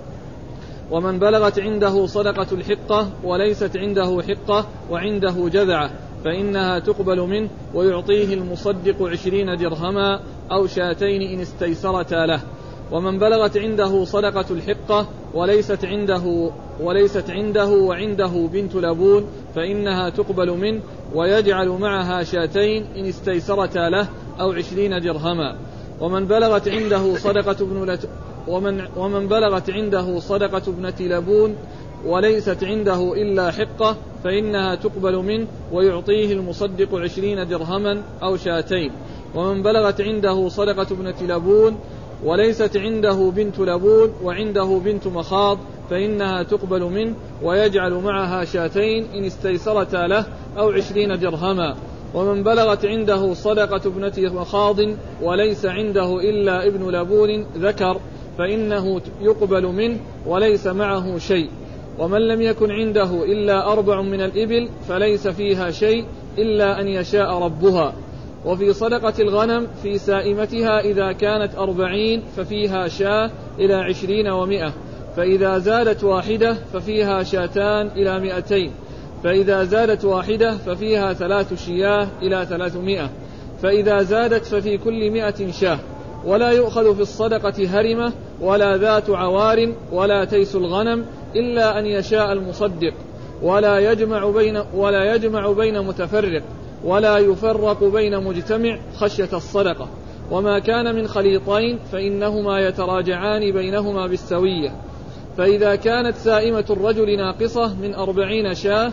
ومن بلغت عنده صدقة الحقة وليست عنده حقة وعنده جذعة فإنها تقبل منه ويعطيه المصدق عشرين درهما أو شاتين إن استيسرتا له. ومن بلغت عنده صدقة الحقة وليست عنده وليست عنده وعنده بنت لبون فإنها تقبل منه ويجعل معها شاتين إن استيسرتا له أو عشرين درهما. ومن بلغت عنده صدقة ابن لت ومن ومن بلغت عنده صدقة ابنة لبون وليست عنده إلا حقة فإنها تقبل منه ويعطيه المصدق عشرين درهما أو شاتين. ومن بلغت عنده صدقة ابنة لبون وليست عنده بنت لبون وعنده بنت مخاض فإنها تقبل منه ويجعل معها شاتين إن استيسرتا له أو عشرين درهما. ومن بلغت عنده صدقة ابنة مخاض وليس عنده إلا ابن لبون ذكر فإنه يقبل منه وليس معه شيء. ومن لم يكن عنده إلا أربع من الإبل فليس فيها شيء إلا أن يشاء ربها. وفي صدقة الغنم في سائمتها إذا كانت أربعين ففيها شاة إلى عشرين ومائة، فإذا زادت واحدة ففيها شاتان إلى مئتين، فإذا زادت واحدة ففيها ثلاث شياه إلى ثلاثمائة، فإذا زادت ففي كل مئة شاه. ولا يؤخذ في الصدقة هرمة ولا ذات عوار ولا تيس الغنم إلا أن يشاء المصدق، ولا يجمع بين ولا يجمع بين متفرق ولا يفرق بين مجتمع خشية الصدقة. وما كان من خليطين فإنهما يتراجعان بينهما بالسوية. فإذا كانت سائمة الرجل ناقصة من أربعين شاة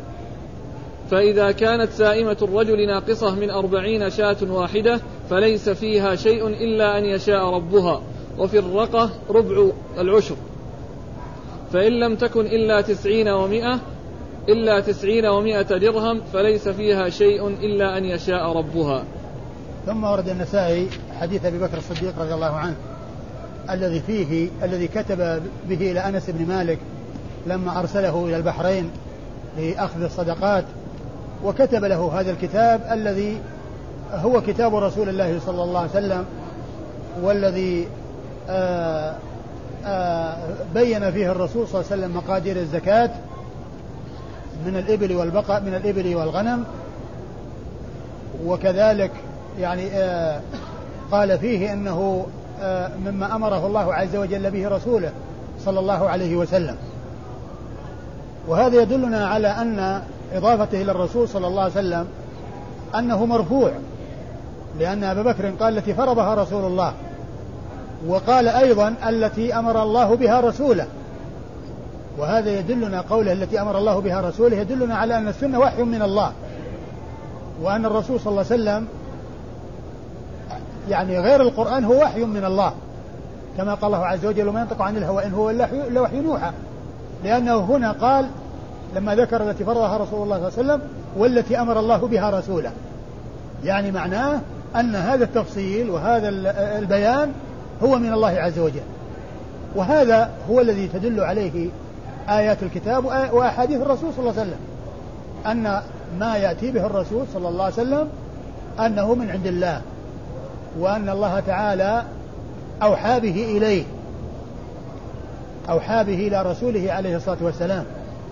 فإذا كانت سائمة الرجل ناقصة من أربعين شاة واحدة فليس فيها شيء إلا أن يشاء ربها. وفي الرقة ربع العشر. فإن لم تكن إلا تسعين ومائة إلا تسعين ومائة درهم فليس فيها شيء إلا أن يشاء ربها. ثم ورد النسائي حديث أبي بكر الصديق رضي الله عنه الذي فيه الذي كتب به إلى أنس بن مالك لما أرسله إلى البحرين لأخذ الصدقات، وكتب له هذا الكتاب الذي هو كتاب رسول الله صلى الله عليه وسلم، والذي آآ آآ بين فيه الرسول صلى الله عليه وسلم مقادير الزكاة من الإبل والبقر من الإبل والغنم. وكذلك يعني قال فيه أنه مما أمره الله عز وجل به رسوله صلى الله عليه وسلم. وهذا يدلنا على أن إضافته إلى الرسول صلى الله عليه وسلم أنه مرفوع، لأن أبا بكر قال التي فرضها رسول الله، وقال أيضا التي أمر الله بها رسوله. وهذا يدلنا قوله التي أمر الله بها رسوله يدلنا على أن السنة وحي من الله، وأن الرسول صلى الله عليه وسلم يعني غير القرآن هو وحي من الله، كما قال الله عز وجل: وما ينطق عن الهوى إن هو إلا وحي يوحى. لأنه هنا قال لما ذكر التي فرضها رسول الله صلى الله عليه وسلم والتي أمر الله بها رسوله، يعني معناه أن هذا التفصيل وهذا البيان هو من الله عز وجل. وهذا هو الذي تدل عليه آيات الكتاب وأحاديث الرسول صلى الله عليه وسلم، أن ما يأتي به الرسول صلى الله عليه وسلم أنه من عند الله، وأن الله تعالى أوحى به إليه أوحى به إلى رسوله عليه الصلاة والسلام.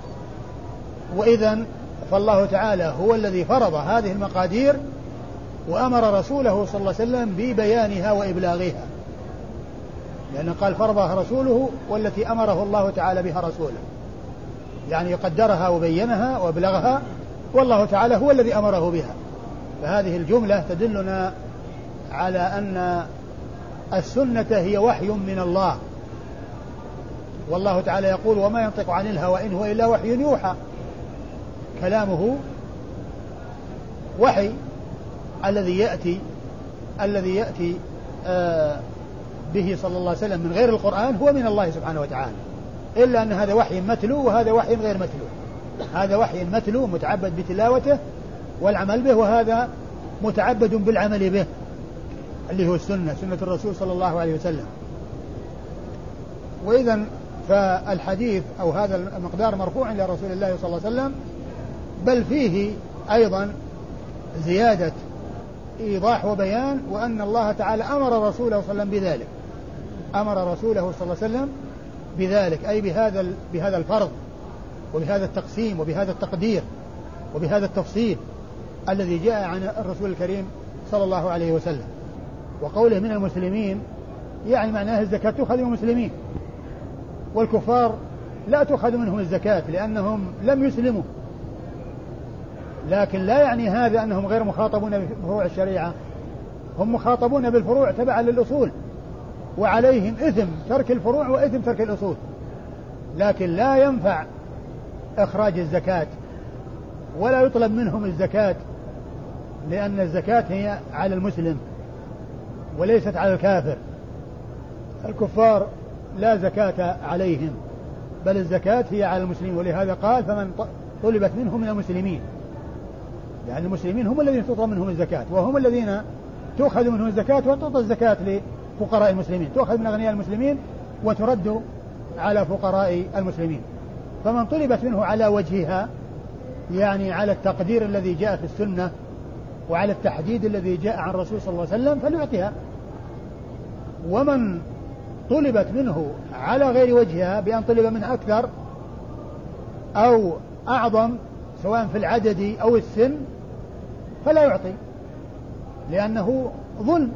وإذن فالله تعالى هو الذي فرض هذه المقادير وأمر رسوله صلى الله عليه وسلم ببيانها وإبلاغها، لأن قال فرضها رسوله والتي أمره الله تعالى بها رسوله، يعني قدرها وبينها وأبلغها، والله تعالى هو الذي أمره بها. فهذه الجملة تدلنا على أن السنة هي وحي من الله، والله تعالى يقول وما ينطق عن الهوى إن هو إلا وحي يوحى، كلامه وحي الذي يأتي الذي يأتي آه به صلى الله عليه وسلم من غير القرآن هو من الله سبحانه وتعالى، إلا أن هذا وحي متلو وهذا وحي غير متلو. هذا وحي متلو متعبد بتلاوته والعمل به، وهذا متعبد بالعمل به اللي هو السنة، سنة الرسول صلى الله عليه وسلم. وإذن فالحديث أو هذا المقدار مرفوع إلى رسول الله صلى الله عليه وسلم، بل فيه أيضا زيادة إيضاح وبيان، وأن الله تعالى أمر رسوله صلى الله عليه وسلم بذلك، أمر رسوله صلى الله عليه وسلم بذلك، أي بهذا بهذا الفرض وبهذا التقسيم وبهذا التقدير وبهذا التفصيل الذي جاء عن الرسول الكريم صلى الله عليه وسلم. وقوله من المسلمين يعني معناه الزكاة تؤخذ من المسلمين، والكفار لا تؤخذ منهم الزكاة لأنهم لم يسلموا، لكن لا يعني هذا أنهم غير مخاطبون بفروع الشريعة، هم مخاطبون بالفروع تبعا للأصول، وعليهم إثم ترك الفروع وإثم ترك الأصول، لكن لا ينفع إخراج الزكاة ولا يطلب منهم الزكاة، لأن الزكاة هي على المسلم وليست على الكافر. الكفار لا زكاة عليهم، بل الزكاة هي على المسلمين، ولهذا قال فمن طلبت منه من المسلمين، لأن يعني المسلمين هم الذين تطلب منهم الزكاة، وهم الذين تؤخذ منهم الزكاة وتعطى الزكاة لفقراء المسلمين، تؤخذ من أغنياء المسلمين وترد على فقراء المسلمين. فمن طلبت منه على وجهها يعني على التقدير الذي جاء في السنة وعلى التحديد الذي جاء عن الرسول صلى الله عليه وسلم فليعطيها، ومن طلبت منه على غير وجهها بأن طلب منه أكثر أو أعظم سواء في العدد أو السن فلا يعطي، لأنه ظلم،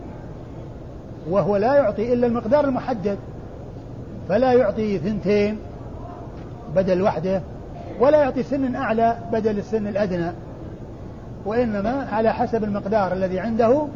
وهو لا يعطي إلا المقدار المحدد، فلا يعطي ثنتين بدل وحده، ولا يعطي سن أعلى بدل السن الأدنى، وإنما على حسب المقدار الذي عنده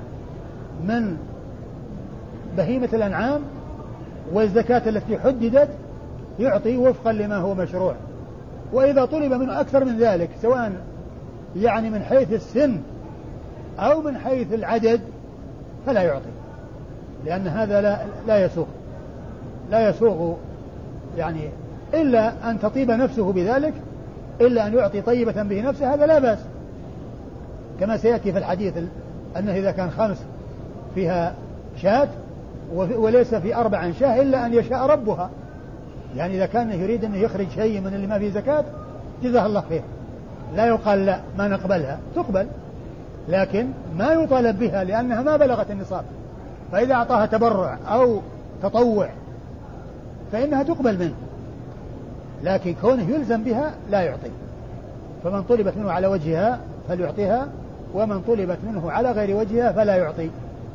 من بهيمة الأنعام والزكاة التي حددت يعطي وفقا لما هو مشروع. وإذا طلب منه أكثر من ذلك سواء يعني من حيث السن أو من حيث العدد فلا يعطي، لأن هذا لا, لا يسوغ لا يسوغ يعني إلا أن تطيب نفسه بذلك، إلا أن يعطي طيبة به نفسه، هذا لا بأس، كما سيأتي في الحديث أنه إذا كان خمس فيها شاة وليس في أربع شاة إلا أن يشاء ربها، يعني إذا كان يريد أن يخرج شيء من اللي ما فيه زكاة جزاه الله خير، لا يقال لا ما نقبلها، تقبل، لكن ما يطالب بها لأنها ما بلغت النصاب، فإذا أعطاها تبرع أو تطوع فإنها تقبل منه، لكن كونه يلزم بها لا يعطي. فمن طلبت منه على وجهها فليعطيها، ومن طلبت منه على غير وجهها فلا يعطي،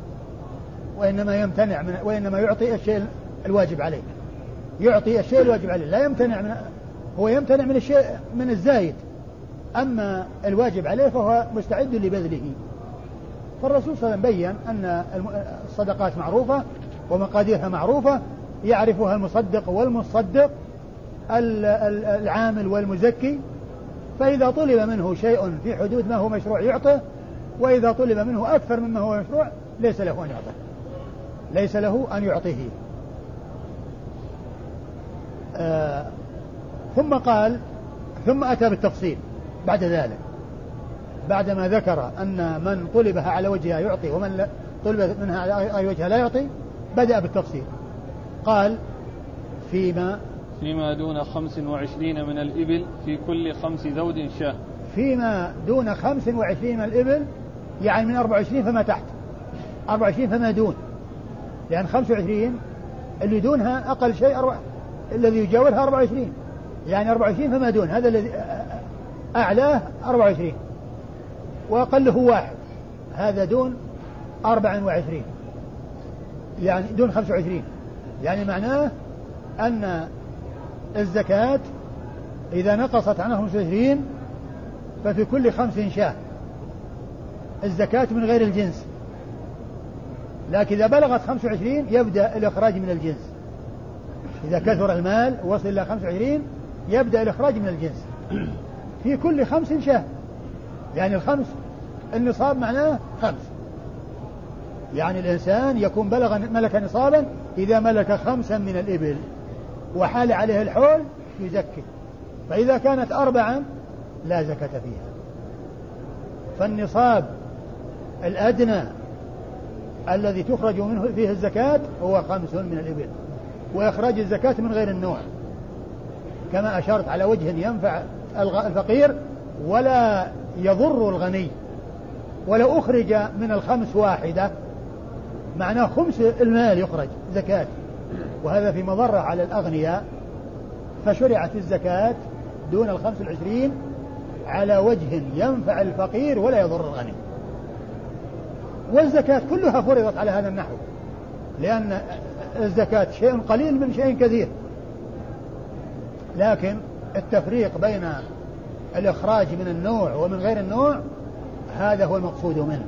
وإنما يمتنع من وإنما يعطي الشيء الواجب عليه، يعطي الشيء الواجب عليه، لا يمتنع من هو يمتنع من الشيء من الزايد، أما الواجب عليه فهو مستعد لبذله. فالرسول صلى الله عليه وسلم بين أن الصدقات معروفة ومقاديرها معروفة، يعرفها المصدق والمصدق، العامل والمزكي، فإذا طلب منه شيء في حدود ما هو مشروع يعطه، وإذا طلب منه أكثر مما هو مشروع ليس له أن يعطيه ليس له أن يعطيه. آه ثم قال ثم أتى بالتفصيل بعد ذلك، بعدما ذكر أن من طلبها على وجهها يعطي ومن طلب منها على وجهها لا يعطي، بدأ بالتفصيل، قال فيما فيما دون خمس وعشرين من الإبل في كل خمس ذود شاه، فيما دون خمس وعشرين من الإبل يعني من أربع وعشرين فما تحت، أربع وعشرين فما دون، لأن خمس وعشرين اللي دونها أقل شيء أربع... الذي يجاورها أربع وعشرين، يعني أربع وعشرين فما دون، هذا الذي أعلاه أربع وعشرين وأقله واحد، هذا دون أربع وعشرين يعني دون خمس وعشرين، يعني معناه أن الزكاة إذا نقصت عنها خمس وعشرين ففي كل خمس شاة الزكاة من غير الجنس، لكن إذا بلغت خمس وعشرين يبدأ الإخراج من الجنس، إذا كثر المال وصل إلى خمسة وعشرين يبدأ الإخراج من الجنس في كل خمس شاه، يعني الخمس النصاب معناه خمس، يعني الإنسان يكون بلغ ملك نصابا إذا ملك خمسا من الإبل وحال عليه الحول يزكي، فإذا كانت أربعا لا زكاة فيها. فالنصاب الأدنى الذي تخرج منه فيه الزكاة هو خمس من الإبل، وإخراج الزكاة من غير النوع كما أشرت على وجه ينفع الفقير ولا يضر الغني. ولو أخرج من الخمس واحدة معناه خمس المال يخرج زكاة، وهذا في مضرة على الأغنياء، فشرعت الزكاة دون الخمس والعشرين على وجه ينفع الفقير ولا يضر الغني. والزكاة كلها فرضت على هذا النحو، لأن الزكاة شيء قليل من شيء كثير، لكن التفريق بين الإخراج من النوع ومن غير النوع هذا هو المقصود منه.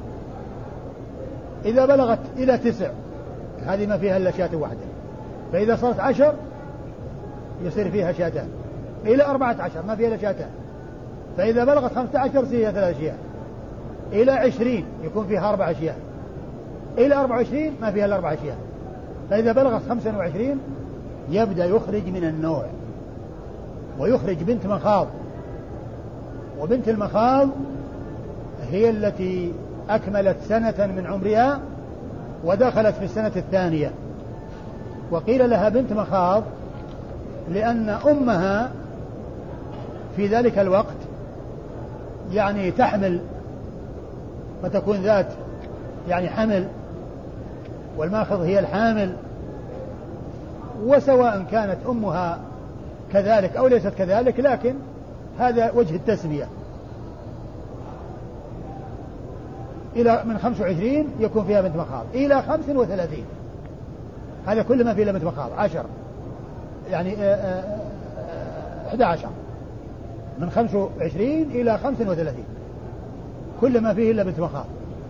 إذا بلغت إلى تسع هذه ما فيها إلا شاة واحدة، فإذا صارت عشر يصير فيها شاتان، إلى أربعة عشر ما فيها إلا شاتان، فإذا بلغت خمسة عشر فيها ثلاث أشياء، إلى عشرين يكون فيها أربع أشياء، إلى أربع وعشرين ما فيها إلا أربع أشياء، فإذا بلغت خمسة وعشرين يبدأ يخرج من النوع ويخرج بنت مخاض. وبنت المخاض هي التي أكملت سنة من عمرها ودخلت في السنة الثانية، وقيل لها بنت مخاض لأن أمها في ذلك الوقت يعني تحمل فتكون ذات يعني حمل، والماخذ هي الحامل، وسواء كانت أمها كذلك أو ليست كذلك لكن هذا وجه التسمية. إلى من خمس وعشرين يكون فيها بنت مخاض إلى خمس وثلاثين، هذا كل ما فيه إلا بنت مخاض عشر، يعني أحد عشر من خمس وعشرين إلى خمس وثلاثين كل ما فيه إلا بنت مخاض.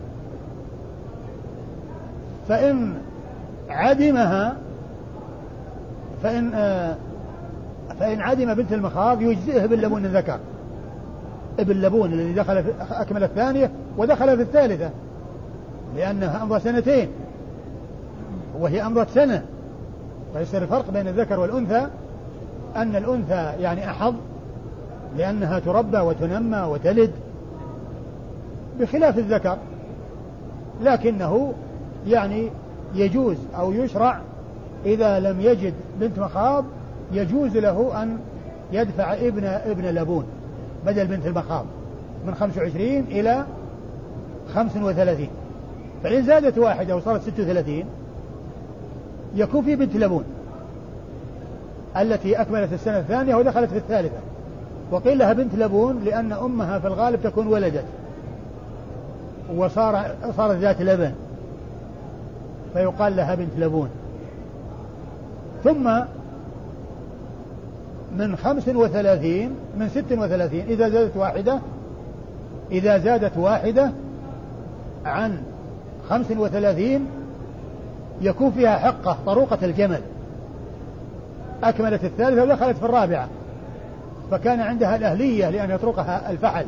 فإن عدمها فإن فإن عدم بنت المخاض يجزئه باللبون الذكر، ابن اللبون الذي دخل في أكمل الثانية ودخل في الثالثة، لأنها أمضى سنتين وهي أمضت سنة، فيصير الفرق بين الذكر والأنثى أن الأنثى يعني أحظ لأنها تربى وتنمى وتلد بخلاف الذكر، لكنه يعني يجوز أو يشرع إذا لم يجد بنت مخاض يجوز له أن يدفع ابن ابن لبون بدل بنت المخاض من خمس وعشرين إلى خمس وثلاثين، فإن زادت واحدة وصارت ست وثلاثين يكون في بنت لبون التي أكملت السنة الثانية ودخلت في الثالثة، وقيل لها بنت لبون لأن أمها في الغالب تكون ولدت وصار صارت ذات لبن فيقال لها بنت لبون. ثم من خمس وثلاثين من ست وثلاثين إذا زادت واحدة إذا زادت واحدة عن خمس وثلاثين يكون فيها حقة طروقة الجمل، أكملت الثالثة ودخلت في الرابعة فكان عندها الأهلية لأن يطرقها الفحل،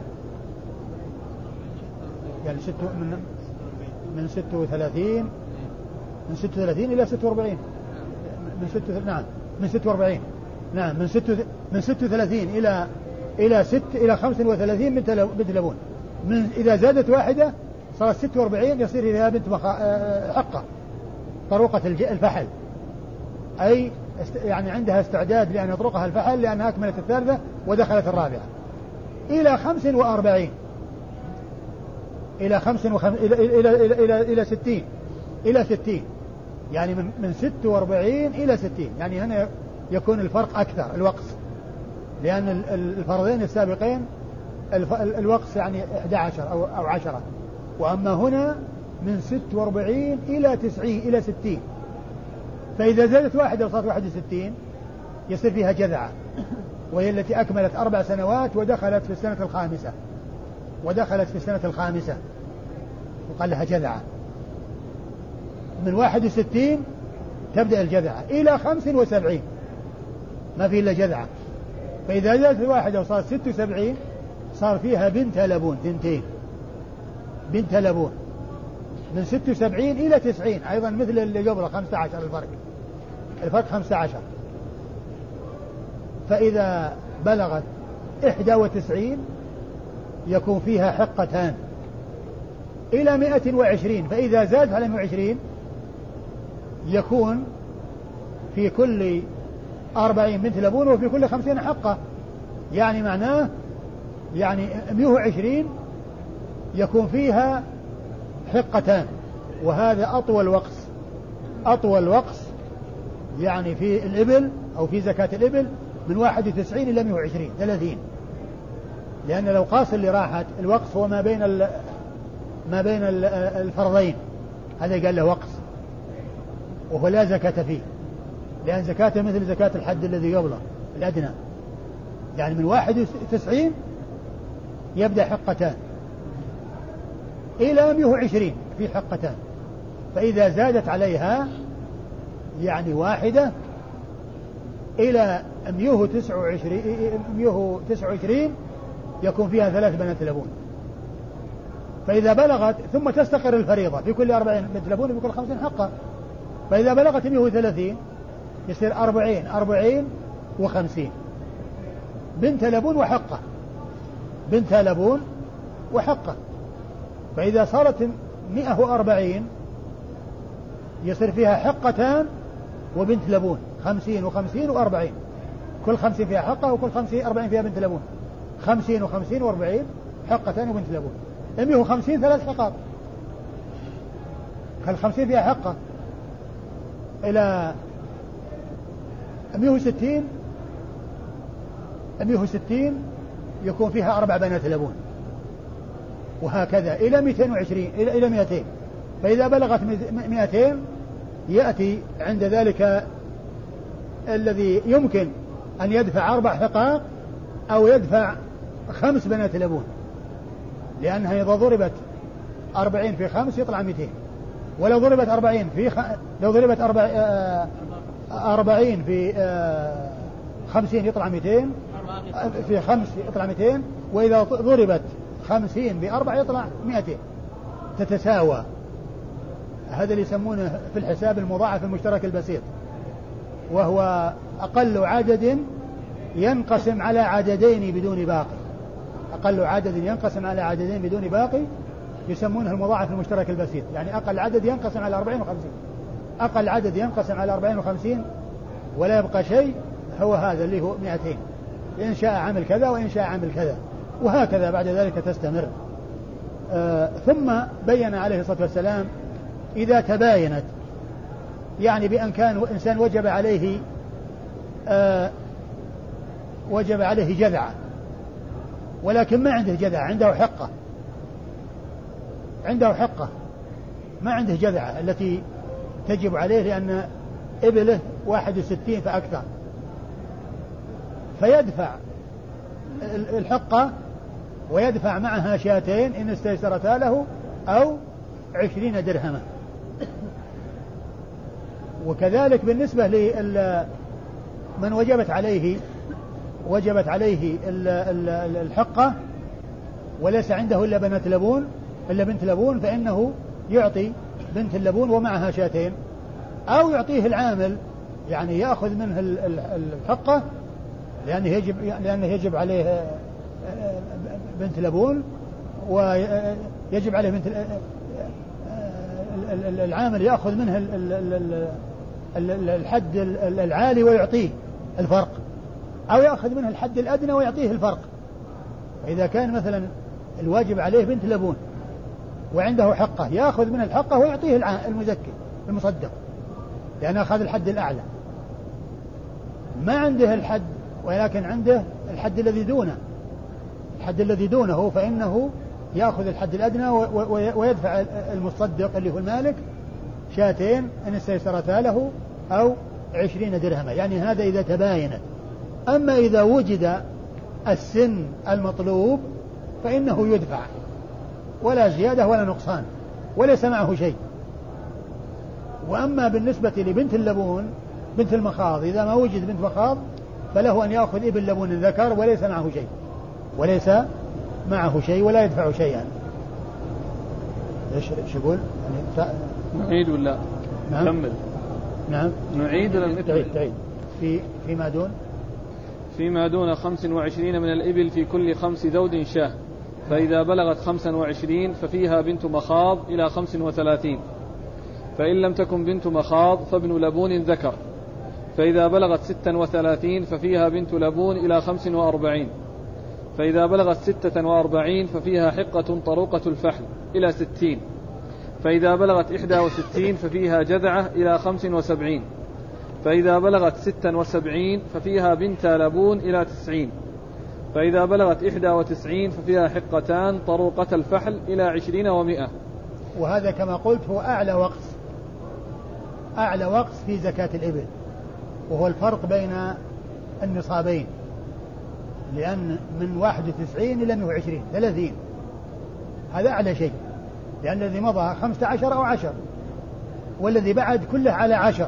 يعني ست من من ست وثلاثين من ست وثلاثين إلى ست وأربعين من ست نعم من ست وأربعين نعم من ست من ست وثلاثين إلى إلى ست إلى خمس وثلاثين بنت لبون. من إذا زادت واحدة صارت ست وأربعين يصير فيها بنت مخا... حقة طروقة الفحل، أي يعني عندها استعداد لأن يطرقها الفحل لأنها أكملت الثالثة ودخلت الرابعة. إلى خمس وأربعين إلى خمس وخم... إلى إلى إلى إلى إلى ستين إلى ستين يعني من من ست وأربعين إلى ستين، يعني هنا يكون الفرق أكثر الوقت، لأن الفرضين السابقين الوقت يعني إحدى عشر أو أو عشرة، وأما هنا من ست وأربعين إلى تسعين إلى ستين، فإذا زادت واحدة وصارت واحد وستين يصير فيها جذعة، وهي التي أكملت أربع سنوات ودخلت في السنة الخامسة ودخلت في السنة الخامسة وقال لها جذعة. من واحد وستين تبدأ الجذعة إلى خمس وسبعين ما في إلا جذعة. فإذا زادت الواحدة وصارت ست وسبعين صار فيها بنت لبون ثنتين بنت لبون من ست وسبعين إلى تسعين أيضا مثل اللي قبله خمسة عشر الفرق الفرق خمسة عشر. فإذا بلغت إحدى وتسعين يكون فيها حقتان إلى مئة وعشرين. فإذا زادت على مئة وعشرين يكون في كل أربعين بنت لبون وفي كل خمسين حقة. يعني معناه يعني مئة وعشرين يكون فيها حقتان. وهذا أطول وقص أطول وقص يعني في الإبل أو في زكاة الإبل من واحد وتسعين إلى مئة وعشرين ثلاثين. لأن لو قاس اللي راحت الوقص هو ما بين ما بين الفرضين هذا قال له وقص وهو لا زكاة فيه لأن زكاته مثل زكاة الحد الذي قبله الأدنى. يعني من واحد وتسعين يبدأ حقتان إلى مئة وعشرين في حقتان. فإذا زادت عليها يعني واحدة إلى مئة وتسعة وعشرين مئة وتسعة وعشرين يكون فيها ثلاث بنات لبون. فإذا بلغت ثم تستقر الفريضة في كل أربعين بنت لبون وفي كل خمسين حقة. فإذا بلغت مئة وثلاثين يصير أربعين أربعين وخمسين بنت لبون وحقة بنت لبون وحقة. فإذا صارت مئة وأربعين يصير فيها حقتان وبنت لبون خمسين وخمسين وأربعين كل خمسين فيها حقة وكل خمسين أربعين فيها بنت لبون خمسين وخمسين وأربعين حقتان وبنت لبون. مئة وخمسين ثلاث حقات كل خمسين فيها حقة إلى مئة وستين مئة وستين يكون فيها أربع بنات لبون وهكذا إلى مئتين وعشرين إلى إلى مئتين. فإذا بلغت مئتين يأتي عند ذلك الذي يمكن أن يدفع أربع حقاق أو يدفع خمس بنات لبون لأنها إذا ضربت أربعين في خمس يطلع مئتين. ولو ضربت أربعين في خ... لو ضربت أربع... آ... أربعين في آ... خمسين يطلع مئتين في خمس يطلع مئتين. وإذا ضربت خمسين بأربع يطلع مئتين تتساوى. هذا اللي يسمونه في الحساب المضاعف المشترك البسيط وهو أقل عدد ينقسم على عددين بدون باقي. أقل عدد ينقسم على عددين بدون باقي يسمونه المضاعف المشترك البسيط. يعني أقل عدد ينقسم على أربعين وخمسين أقل عدد ينقسم على أربعين وخمسين ولا يبقى شيء هو هذا اللي هو مئتين. إن شاء عمل كذا وإن شاء عمل كذا وهكذا بعد ذلك تستمر. آه ثم بين عليه الصلاة والسلام إذا تباينت يعني بأن كان إنسان وجب عليه آه وجب عليه جذعة ولكن ما عنده جذعة عنده حقة عنده حقة ما عنده جذعة التي تجب عليه لأن إبله واحد وستين فأكثر. فيدفع الحقة ويدفع معها شاتين إن استيسرتا له أو عشرين درهما. وكذلك بالنسبة لمن وجبت عليه وجبت عليه الحقة وليس عنده إلا بنت لبون إلا بنت لبون فإنه يعطي بنت اللبون ومعها شاتين أو يعطيه العامل يعني يأخذ منه الحقة لأنه يجب لأنه يجب عليه بنت لبون ويجب عليه بنت العامل يأخذ منه الحد العالي ويعطيه الفرق أو يأخذ منه الحد الأدنى ويعطيه الفرق. فإذا كان مثلا الواجب عليه بنت لبون وعنده حقة يأخذ من الحقة ويعطيه المزكي المصدق لأن أخذ الحد الأعلى. ما عنده الحد ولكن عنده الحد الذي دونه الحد الذي دونه فإنه يأخذ الحد الأدنى ويدفع المصدق اللي هو المالك شاتين إن استيسرتا له أو عشرين درهما. يعني هذا إذا تباينت. أما إذا وجد السن المطلوب فإنه يدفع ولا زيادة ولا نقصان وليس معه شيء. وأما بالنسبة لبنت اللبون بنت المخاض إذا ما وجد بنت مخاض فله أن يأخذ ابن لبون ذكر وليس معه شيء وليس معه شيء ولا يدفع شيئا. ايش يقول؟ يعني نعيد ولا نعم؟ كمل. نعم نعيد ولا تعيد تعيد في فيما دون فيما دون خمس وعشرين من الإبل في كل خمس ذود شاه، فإذا بلغت خمسا وعشرين ففيها بنت مخاض إلى خمس وثلاثين، فإن لم تكن بنت مخاض فابن لبون ذكر، فإذا بلغت ستا وثلاثين ففيها بنت لبون إلى خمس وأربعين، فإذا بلغت ستة وأربعين ففيها حقة طروقة الفحل إلى ستين، فإذا بلغت إحدى وستين ففيها جذعة إلى خمس وسبعين، فإذا بلغت ستا وسبعين ففيها بنت لبون إلى تسعين، فإذا بلغت إحدى وتسعين ففيها حقتان طروقة الفحل إلى عشرين ومئة. وهذا كما قلت هو أعلى وقت أعلى وقت في زكاة الإبل، وهو الفرق بين النصابين، لأن من واحد وتسعين إلى مئة وعشرين ثلاثين هذا أعلى شيء، لأن الذي مضى خمسة عشر أو عشر والذي بعد كله على عشر،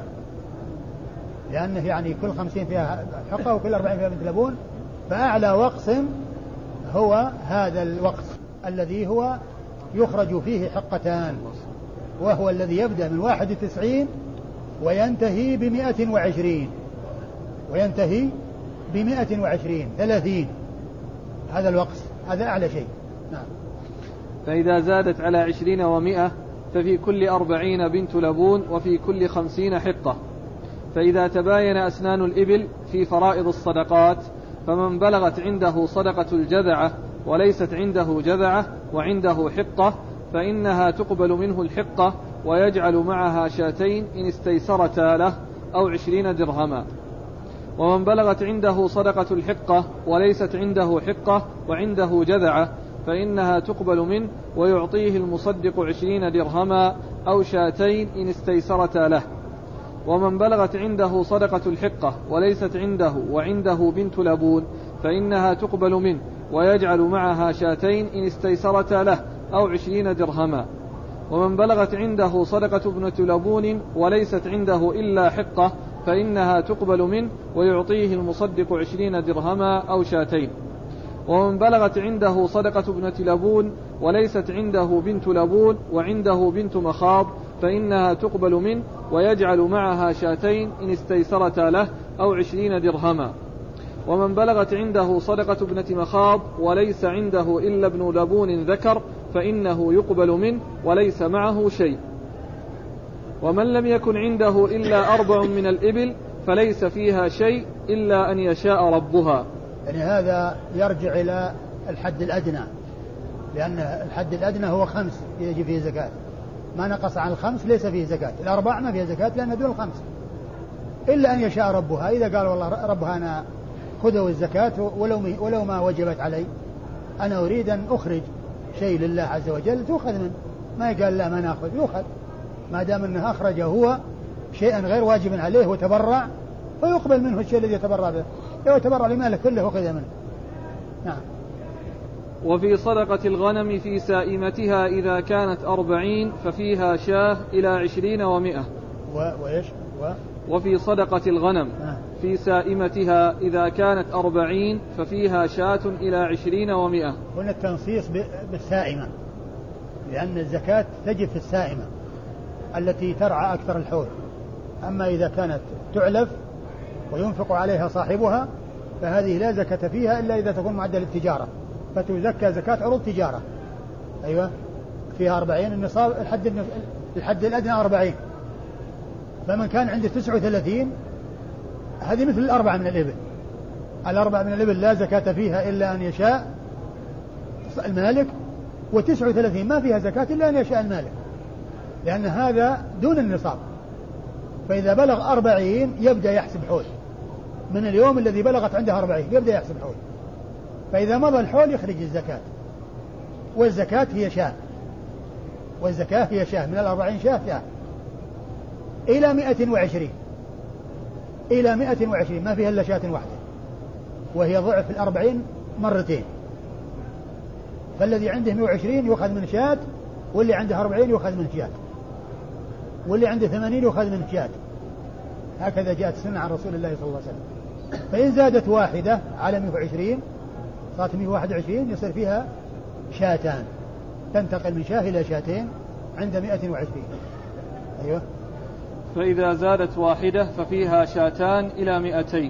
لأنه يعني كل خمسين فيها حقة وكل أربعين فيها بنت لبون. فأعلى وقت هو هذا الوقت الذي هو يخرج فيه حقتان، وهو الذي يبدأ من واحد وتسعين وينتهي بمئة وعشرين وينتهي بمئة وعشرين ثلاثين، هذا الوقت هذا أعلى شيء. نعم. فإذا زادت على عشرين ومئة ففي كل أربعين بنت لبون وفي كل خمسين حقة. فإذا تباين أسنان الإبل في فرائض الصدقات فمن بلغت عنده صدقة الجذعة وليست عنده جذعة وعنده حقة فإنها تقبل منه الحقة ويجعل معها شاتين إن استيسرتا له أو عشرين درهما. ومن بلغت عنده صدقة الحقة وليست عنده حقة وعنده جذعة فإنها تقبل منه ويعطيه المصدق عشرين درهما أو شاتين إن استيسرتا له. ومن بلغت عنده صدقة الحقة وليست عنده وعنده بنت لبون فإنها تقبل منه ويجعل معها شاتين إن استيسرتا له أو عشرين درهما. ومن بلغت عنده صدقة ابنة لبون وليست عنده إلا حقة فإنها تقبل منه ويعطيه المصدق عشرين درهما أو شاتين. ومن بلغت عنده صدقة ابنة لبون وليست عنده بنت لبون وعنده بنت مخاض فإنها تقبل منه ويجعل معها شاتين إن استيسرتا له أو عشرين درهما. ومن بلغت عنده صدقة ابنة مخاض وليس عنده إلا ابن لبون ذكر فإنه يقبل منه وليس معه شيء. ومن لم يكن عنده إلا أربع من الإبل فليس فيها شيء إلا أن يشاء ربها. يعني هذا يرجع إلى الحد الأدنى، لأن الحد الأدنى هو خمس يجب فيه زكاة، ما نقص عن الخمس ليس فيه زكاة. الأربع ما فيه زكاة لأنه دون الخمس، إلا أن يشاء ربها. إذا قال والله ربها أنا خذوا الزكاة ولو ولو ما وجبت علي، أنا أريد أن أخرج شيء لله عز وجل، تأخذ منه. ما يقال لا ما نأخذ، يأخذ ما دام أنه أخرج هو شيئا غير واجب عليه وتبرع، فيقبل منه الشيء الذي يتبرع به، لو يتبرع لماله كله أخذ منه. نعم. وفي صدقة الغنم في سائمتها إذا كانت أربعين ففيها شاه إلى عشرين ومئة. وإيش و... وفي صدقة الغنم آه. في سائمتها إذا كانت أربعين ففيها شاة إلى عشرين ومئة. هنا التنصيص بالسائمة، لأن الزكاة تجب في السائمة التي ترعى أكثر الحول. أما إذا كانت تعلف وينفق عليها صاحبها فهذه لا زكاة فيها إلا إذا تكون معدل التجارة، فتزكى زكاة عروض تجارة. أيوة فيها أربعين النصاب، الحد الحد الأدنى أربعين، فمن كان عنده تسعة وثلاثين هذه مثل الأربعة من الإبل. الأربعة من الإبل لا زكاة فيها إلا أن يشاء المالك، وتسعة وثلاثين ما فيها زكاة إلا أن يشاء المالك، لأن هذا دون النصاب. فإذا بلغ أربعين يبدأ يحسب حول من اليوم الذي بلغت عنده أربعين، يبدأ يحسب حول. فإذا مضى الحول يخرج الزكاة، والزكاة هي شاة، والزكاة هي شاة من الأربعين شاة شاة إلى مئة وعشرين، إلى مئة وعشرين ما فيها إلا شاة واحدة، وهي ضعف الأربعين مرتين. فالذي عنده مئة وعشرين يؤخذ من شاة، واللي عنده أربعين يؤخذ من شاة. واللي عنده ثمانين يؤخذ منه شاة. هكذا جاءت السنة عن رسول الله صلى الله عليه وسلم. فإن زادت واحدة على مئة وعشرين صارت مئة وواحد وعشرين يصير فيها شاتان، تنتقل من شاه إلى شاتين عند مئة وعشرين. أيوة. فإذا زادت واحدة ففيها شاتان إلى مئتين،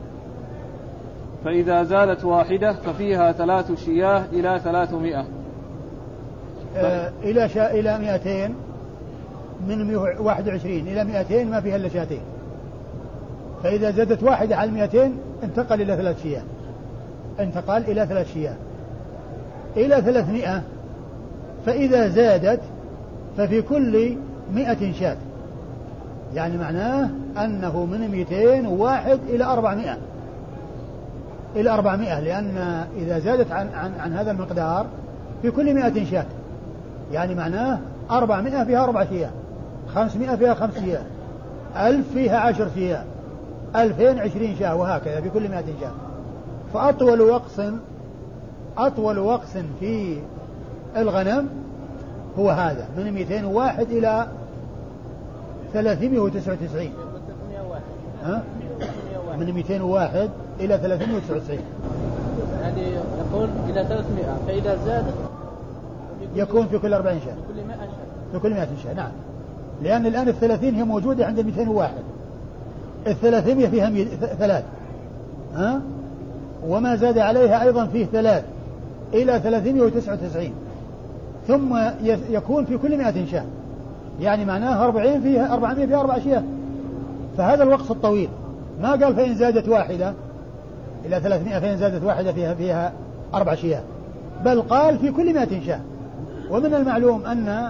فإذا زادت واحدة ففيها ثلاث شياه إلى ثلاثمائة. آه إلى شا... إلى مئتين، من مئة وواحد وعشرين إلى مئتين ما فيها إلا شاتين. فإذا زادت واحدة على المئتين انتقل إلى ثلاث شياه، انتقل إلى ثلاث شياه إلى ثلاثمائة. فإذا زادت ففي كل مئة شاة، يعني معناه أنه من مئتين وواحد إلى أربعمائة، إلى أربعمائة، لأن إذا زادت عن, عن, عن هذا المقدار في كل مئة شاة، يعني معناه أربعمائة فيها أربع شياه، خمسمائة فيها خمس شياه، ألف فيها عشر شياه، ألفين عشرين شاه، وهكذا في كل مئة شاه. فأطول وقص أطول وقص في الغنم هو هذا، من مئتين وواحد إلى ثلاثمائة وتسعة وتسعين. ها؟ من مئتين وواحد إلى ثلاثمائة وتسعة وتسعين. هذه يقول إلى ثلاثمائة، فإذا زاد يكون في كل أربعين شاة، في كل مئة شاة، في كل مئة شاة. نعم، لأن الآن الثلاثين هي موجودة عند مئتين وواحد، الثلاثمائة فيها مي... ثلاث، ها؟ وما زاد عليها أيضا فيه ثلاث إلى ثلاثمائة وتسعة وتسعين، ثم يكون في كل مئة شاة، يعني معناه أربعين فيها أربعمائة فيها أربع شياه. فهذا الوقت الطويل. ما قال فإن زادت واحدة إلى ثلاثمائة، فإن زادت واحدة فيها فيها أربع شياه، بل قال في كل مئة شاة. ومن المعلوم أن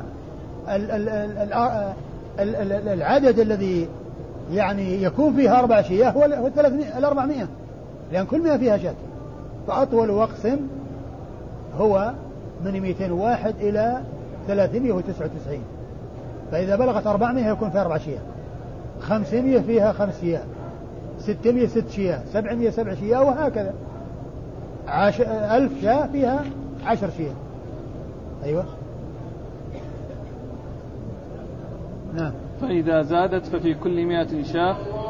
العدد الذي يعني يكون فيها أربع شياه هو الأربعمائة، لأن كل مئة فيها شاة. فأطول وقص هو من مئتين وواحد إلى ثلاثمائة وتسعة وتسعين. فإذا بلغت أربعمائة يكون فيها أربع شياه، خمسمائة فيها خمس شياه، ستمائة ست شياه، سبعمائة سبع شياه، وهكذا. عش... ألف شاة فيها عشر شياه. أيوة. نعم. فإذا زادت ففي كل مئة شاة